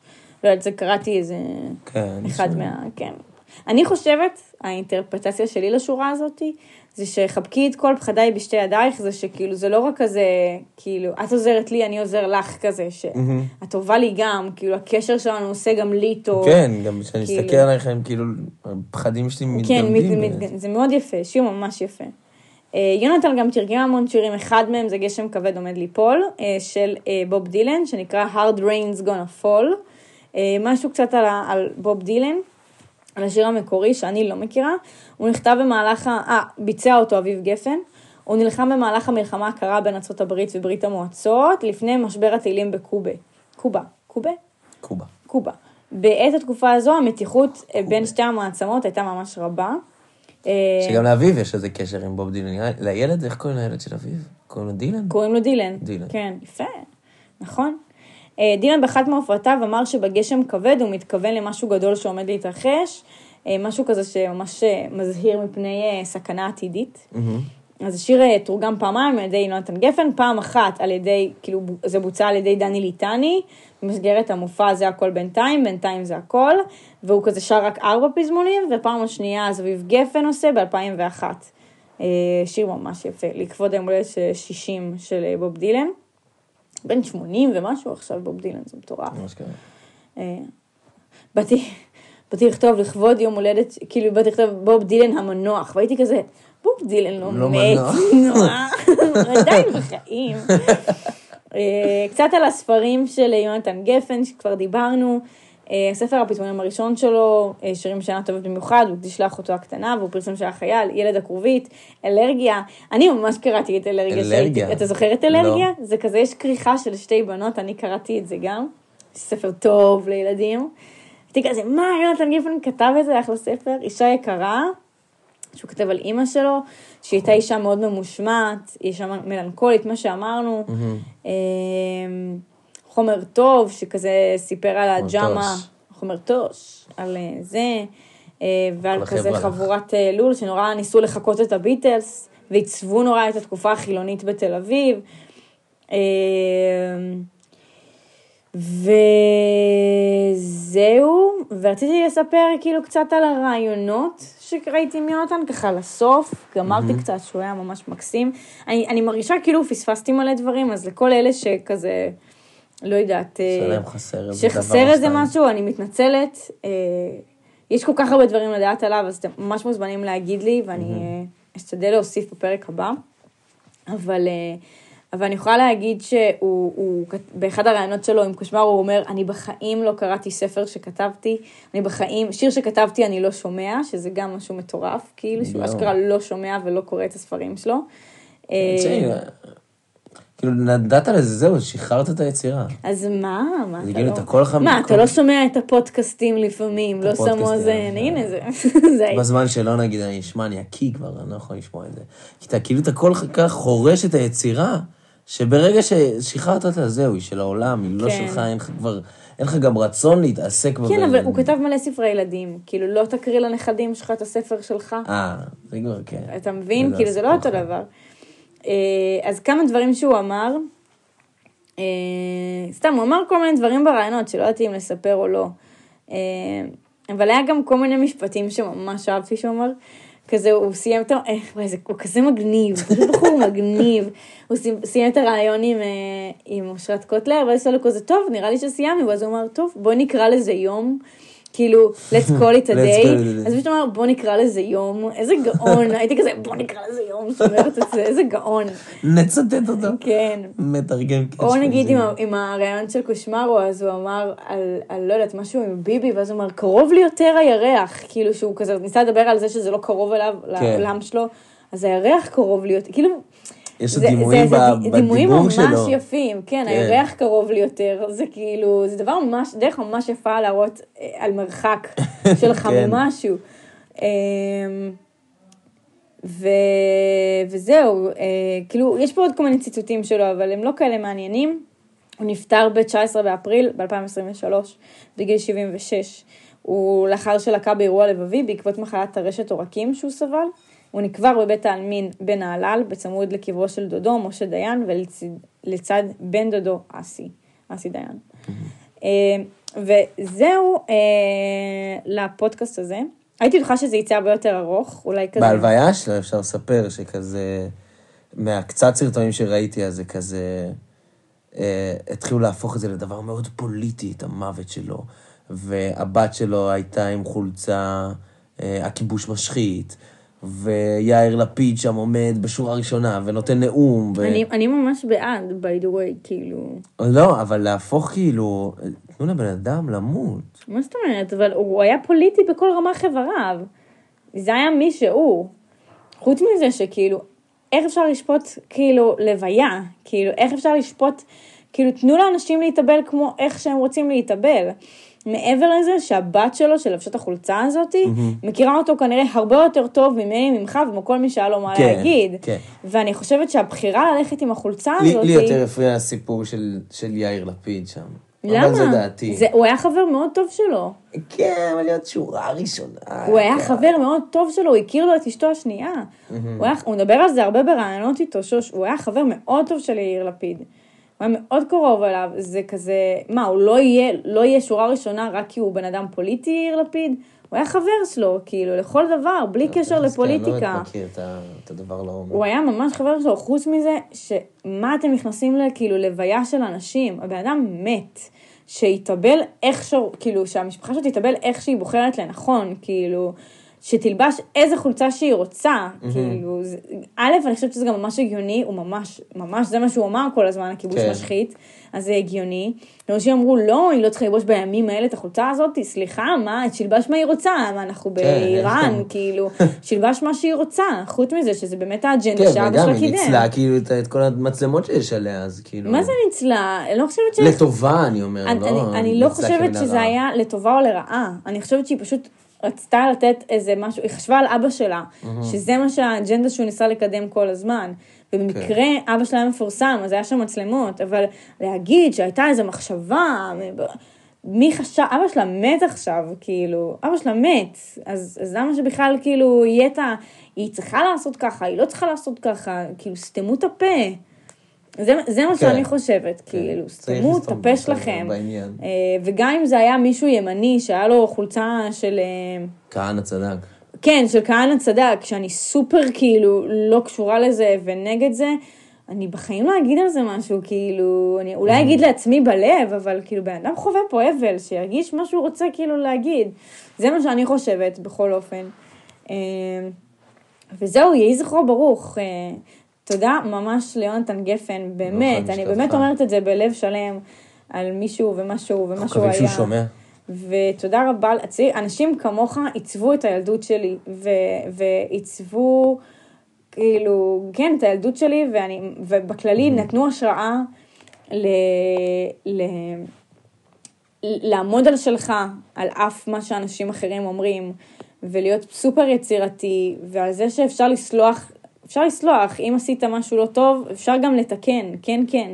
לא יודעת, זה קראתי איזה... כן. אחד מה... כן. אני חושבת, האינטרפרטציה שלי לשורה הזאת, זה שחבקי את כל פחדיי בשתי ידייך, זה שכאילו, זה לא רק כזה, כאילו, את עוזרת לי, אני עוזר לך כזה, שאת טובה לי גם, כאילו, הקשר שלנו עושה גם לי טוב. כן, גם כשאני אסתכל עליכם, כאילו, הפחדים שלי מתגמדים. כן, זה מאוד יפה, שיר ממש יפה. יונתן גם תרגם המון שירים, אחד מהם זה גשם כבד עומד ליפול, של בוב דילן, שנקרא Hard Rain's Gonna Fall, משהו קצת על, על בוב דילן, על השיר המקורי שאני לא מכירה, הוא נכתב במהלך, אה, ביצע אותו אביב גפן, הוא נלחם במהלך המלחמה הקרה בין ארצות הברית וברית המועצות, לפני משבר הטילים בקובה. קובה. קובה? קובה. קובה. בעת התקופה הזו, המתיחות בין שתי המעצמות הייתה ממש רבה. שגם לאביב יש איזה קשר עם בוב דילן. לילד, איך קוראים לילד של אביב? קוראים לו דילן? קוראים לו דילן. דילן. כן, יפה. נכון. דילן באחת מהופעותיו אמר שבגשם כבד הוא מתכוון למשהו גדול שעומד להתרחש, משהו כזה שממש מזהיר מפני סכנה עתידית. אז השיר תורגם פעמיים על ידי יונתן גפן, פעם אחת על ידי, כאילו זה בוצע על ידי דני ליטני, במסגרת המופע זה הכל בינתיים, בינתיים זה הכל, והוא כזה שר רק ארבע פזמונים, ופעם השנייה אז אביב גפן עושה ב-אלפיים ואחת. שיר ממש יפה, לכבוד היום הולדת שישים של בוב דילן. בין שמונים ומשהו עכשיו בוב דילן, זה מטורף. ממש ככה. באתי, באתי לכתוב לכבוד יום הולדת, כאילו באתי לכתוב בוב דילן המנוח, והייתי כזה, בוב דילן לא מת, נורא, עדיין בחיים. קצת על הספרים של יונתן גפן, שכבר דיברנו, הספר הפתמונים הראשון שלו, שירים שנה טובות במיוחד, הוא תשלח אותו הקטנה, והוא פרסם של החייל, ילד הכרובית, אלרגיה. אני ממש קראתי את אלרגיה. אלרגיה. אתה זוכר את אלרגיה? לא. זה כזה, יש כריכה של שתי בנות, אני קראתי את זה גם. ספר טוב לילדים. הייתי כזה, מה, יונתן גפן כתב את זה אחלה ספר? אישה יקרה, שהוא כתב על אמא שלו, שהיא הייתה אישה מאוד ממושמעת, אישה מלנכולית, מה שאמרנו. חומר טוב, שכזה סיפר על הג'אמה, חומר טוש, על זה, ועל כזה חבורת לול, שנורא ניסו לחכות את הביטלס, והצבו נורא את התקופה החילונית בתל אביב. וזהו, ורציתי לספר כאילו קצת על הרעיונות שראיתי מיונתן, ככה לסוף, גמרתי mm-hmm. קצת שהוא היה ממש מקסים. אני, אני מרגישה כאילו פספסתי מלא דברים, אז לכל אלה שכזה, לא יודעת, חסר שחסר איזה משהו, אני מתנצלת. יש כל כך הרבה דברים לדעת עליו, אז אתם ממש מוזמנים להגיד לי, ואני mm-hmm. אשתדל להוסיף בפרק הבא. אבל... אבל אני יכולה להגיד שהוא, הוא, באחד הרעיונות שלו עם קושמר, הוא אומר, אני בחיים לא קראתי ספר שכתבתי, אני בחיים, שיר שכתבתי אני לא שומע, שזה גם משהו מטורף, כאילו שהוא אשכרה לא שומע ולא קורא את הספרים שלו. כאילו, נדעת לזה, זהו, שחררת את היצירה. אז מה? מה אתה לא... מה, אתה לא שומע את הפודקאסטים לפעמים, לא שמו זה, הנה זה. בזמן שלא נגיד, אני אשמע, אני אקיא כבר, אני לא יכול לשמוע את זה. כי אתה כאילו, אתה כל כך חורש את היצירה, שברגע ששחררת אותה, זהו, היא של העולם, היא לא שלך, אין לך כבר, אין לך גם רצון להתעסק בה. כן, אבל הוא כתב מלא ספרי ילדים, כאילו, לא תקריא לנכדים שלך את הספר שלך. אה, זה כבר, כן. אתה מבין? כאילו, זה לא אותו דבר. אז כמה דברים שהוא אמר, סתם, הוא אמר כל מיני דברים ברעיונות, שלא יודעת אם לספר או לא, אבל היה גם כל מיני משפטים שממש אהבתי שהוא אמר, כזה, הוא סיים את, הוא כזה מגניב, הוא בחור מגניב, הוא סיים את הרעיון עם, עם אושרת קוטלר, ואז עשו לו כזה, טוב, נראה לי שסיימנו, ואז הוא אמר, טוב, בוא נקרא לזה יום, כאילו, let's call it a day, אז פשוט אמר, בוא נקרא לזה יום, איזה גאון, הייתי כזה, בוא נקרא לזה יום, שומרת את זה, איזה גאון. נצטט אותו. כן. מתרגם. או נגיד עם הרעיון של קושמרו, אז הוא אמר, על לא יודעת, משהו עם ביבי, ואז הוא אמר, קרוב לי יותר הירח, כאילו שהוא כזה, ניסה לדבר על זה שזה לא קרוב אליו, לעולם שלו, אז הירח קרוב לי יותר, כאילו, יש דימויים בדיבור שלו. דימויים ממש יפים, כן, הירח קרוב לי יותר, זה כאילו, זה דבר ממש, דרך ממש יפה להראות על מרחק שלך משהו. וזהו, כאילו, יש פה עוד כל מיני ציטוטים שלו, אבל הם לא כאלה מעניינים. הוא נפטר ב-תשעה עשר באפריל ב-אלפיים עשרים ושלוש, בגיל שבעים ושש. הוא לאחר שלקה באירוע לבבי, בעקבות מחלת הרשת עורקים שהוא סבל. הוא נקבר בבית העלמין בנהלל, בצמוד לקברו של דודו, משה דיין, ולצד בן דודו, אסי, אסי דיין. וזהו אה, לפודקאסט הזה. הייתי בטוחה שזה יצא הרבה יותר ארוך, אולי כזה... בהלוויה שלו אפשר לספר שכזה, מהקצת סרטונים שראיתי, אז זה כזה, אה, התחילו להפוך את זה לדבר מאוד פוליטי, את המוות שלו, והבת שלו הייתה עם חולצה, אה, הכיבוש משחית, ויאיר לפיד שם עומד בשורה ראשונה, ונותן נאום. ו... אני, אני ממש בעד, by the way, כאילו... לא, אבל להפוך כאילו, תנו לבן אדם למות. מה זאת אומרת? אבל הוא היה פוליטי בכל רמ"ח איבריו. זה היה מי שהוא. חוץ מזה שכאילו, איך אפשר לשפוט כאילו לוויה? כאילו, איך אפשר לשפוט, כאילו, תנו לאנשים להתאבל כמו איך שהם רוצים להתאבל. מעבר לזה שהבת שלו, שלבשה את החולצה הזאת, mm-hmm. מכירה אותו כנראה הרבה יותר טוב ממני, ממך, ומכל מי שהיה לו מה כן, להגיד. כן. ואני חושבת שהבחירה ללכת עם החולצה לי, הזאת... לי יותר הפריע הסיפור של, של יאיר לפיד שם. למה? אבל זה דעתי. זה, הוא היה חבר מאוד טוב שלו. כן, אבל להיות שורה ראשונה. הוא היה חבר מאוד טוב שלו, הוא הכיר לו את אשתו השנייה. Mm-hmm. הוא, היה, הוא מדבר על זה הרבה ברעיונות איתו, שוש, הוא היה חבר מאוד טוב של יאיר לפיד. הוא היה מאוד קרוב אליו, זה כזה, מה, הוא לא יהיה, לא יהיה שורה ראשונה רק כי הוא בן אדם פוליטי, יאיר לפיד? הוא היה חבר שלו, כאילו, לכל דבר, בלי קשר לפוליטיקה. לא מכיר את הדבר לעומק. הוא היה ממש חבר שלו, חוץ מזה, שמה אתם נכנסים לכאילו, לוויה של אנשים? הבן אדם מת, שיתאבל איכשהו, כאילו, שהמשפחה שלו תתאבל איך שהיא בוחרת לנכון, כאילו, שתלבש איזה חולצה שהיא רוצה, mm-hmm. כאילו, זה, א', אני חושבת שזה גם ממש הגיוני, הוא ממש, ממש, זה מה שהוא אמר כל הזמן, הכיבוש כן. משחית, אז זה הגיוני. אנשים אמרו, לא, היא לא צריכה ללבוש בימים האלה את החולצה הזאת, סליחה, מה, שלבש מה היא רוצה, מה, אנחנו באיראן, כן. כאילו, שלבש מה שהיא רוצה, חוץ מזה, שזה באמת האג'נדה כן, שאבא שלה קידם. כן, וגם היא ניצלה, כאילו, את, את כל המצלמות שיש עליה, אז כאילו... מה זה ניצלה? אני לא חושבת ש... לטובה, אני אומר, אני, לא... אני, אני לא חושבת שזה היה לטובה או לרעה, אני חושבת שהיא פשוט... רצתה לתת איזה משהו, היא חשבה על אבא שלה, mm-hmm. שזה מה שהאג'נדה שהוא ניסה לקדם כל הזמן, ובמקרה okay. אבא שלה היה מפורסם, אז היה שם מצלמות, אבל להגיד שהייתה איזו מחשבה, מי חשב, אבא שלה מת עכשיו, כאילו, אבא שלה מת, אז, אז למה שבכלל כאילו יהיה את ה... היא צריכה לעשות ככה, היא לא צריכה לעשות ככה, כאילו סתמו את הפה. זה, זה מה כן. שאני חושבת, כן. כאילו, סתמו, תפש לכם. אה, וגם אם זה היה מישהו ימני, שהיה לו חולצה של... כהנא צדק. כן, של כהנא צדק, שאני סופר כאילו לא קשורה לזה ונגד זה, אני בחיים לא אגיד על זה משהו, כאילו, אני אולי אגיד לעצמי בלב, אבל כאילו, בן אדם חווה פה אבל, שירגיש מה שהוא רוצה כאילו להגיד. זה מה שאני חושבת, בכל אופן. אה, וזהו, יהי זכרו ברוך. אה, תודה ממש ליונתן גפן, באמת, אני באמת אומרת את זה בלב שלם, על מישהו ומשהו ומשהו היה. שהוא שומע. ותודה רבה, אנשים כמוך עיצבו את הילדות שלי, ועיצבו, כאילו, כן, את הילדות שלי, ובכללי נתנו השראה לעמוד על שלך, על אף מה שאנשים אחרים אומרים, ולהיות סופר יצירתי, ועל זה שאפשר לסלוח, אפשר לסלוח, אם עשית משהו לא טוב, אפשר גם לתקן, כן, כן.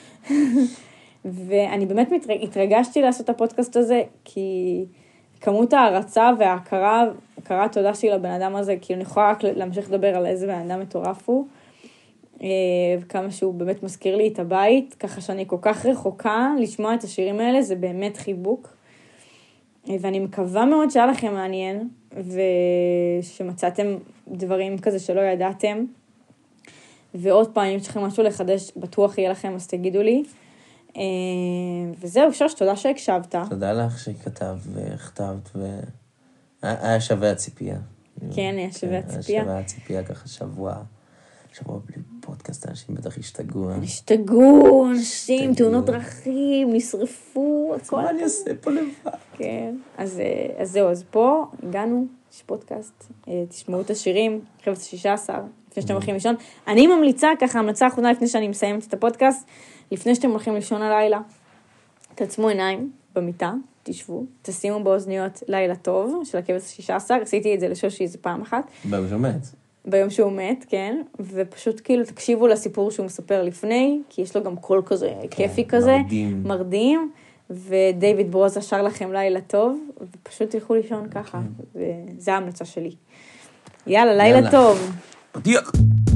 ואני באמת התרגשתי לעשות את הפודקאסט הזה, כי כמות ההרצה וההכרה, הכרה תודה שלי לבן אדם הזה, כי אני יכולה רק להמשיך לדבר על איזה בן אדם מטורף הוא, וכמה שהוא באמת מזכיר לי את הבית, ככה שאני כל כך רחוקה לשמוע את השירים האלה, זה באמת חיבוק. ואני מקווה מאוד שהיה לכם מעניין, ושמצאתם דברים כזה שלא ידעתם, ועוד פעם, אם צריכים משהו לחדש, בטוח יהיה לכם, אז תגידו לי. וזהו, שוש, תודה שהקשבת. תודה לך שכתב וכתבת, והיה שווה הציפייה. כן, היה שווה הציפייה. היה שווה הציפייה ככה שבוע, שבוע בלי פודקאסט, אנשים בטח השתגעו. השתגעו, אנשים, תאונות דרכים, נשרפו, הכל. מה אני עושה פה לבד? כן, אז זהו, אז פה הגענו, יש פודקאסט, תשמעו את השירים, חייבת שישה עשר, לפני שאתם הולכים לישון. אני ממליצה ככה, המלצה האחרונה לפני שאני מסיימת את הפודקאסט, לפני שאתם הולכים לישון הלילה, תעצמו עיניים במיטה, תשבו, תשימו באוזניות לילה טוב, של הכבש ה-שישה עשר, עשיתי את זה לשושי איזה פעם אחת. ביום שהוא מת. ביום שהוא מת, כן, ופשוט כאילו תקשיבו לסיפור שהוא מספר לפני, כי יש לו גם קול כזה, כן, כיפי כזה, מרדים. מרדים, ודייוויד ברוזה שר לכם לילה טוב, ופשוט תלכו לישון ככה, וזה ההמלצה שלי. יאללה, לילה יאללה. טוב. פתיח.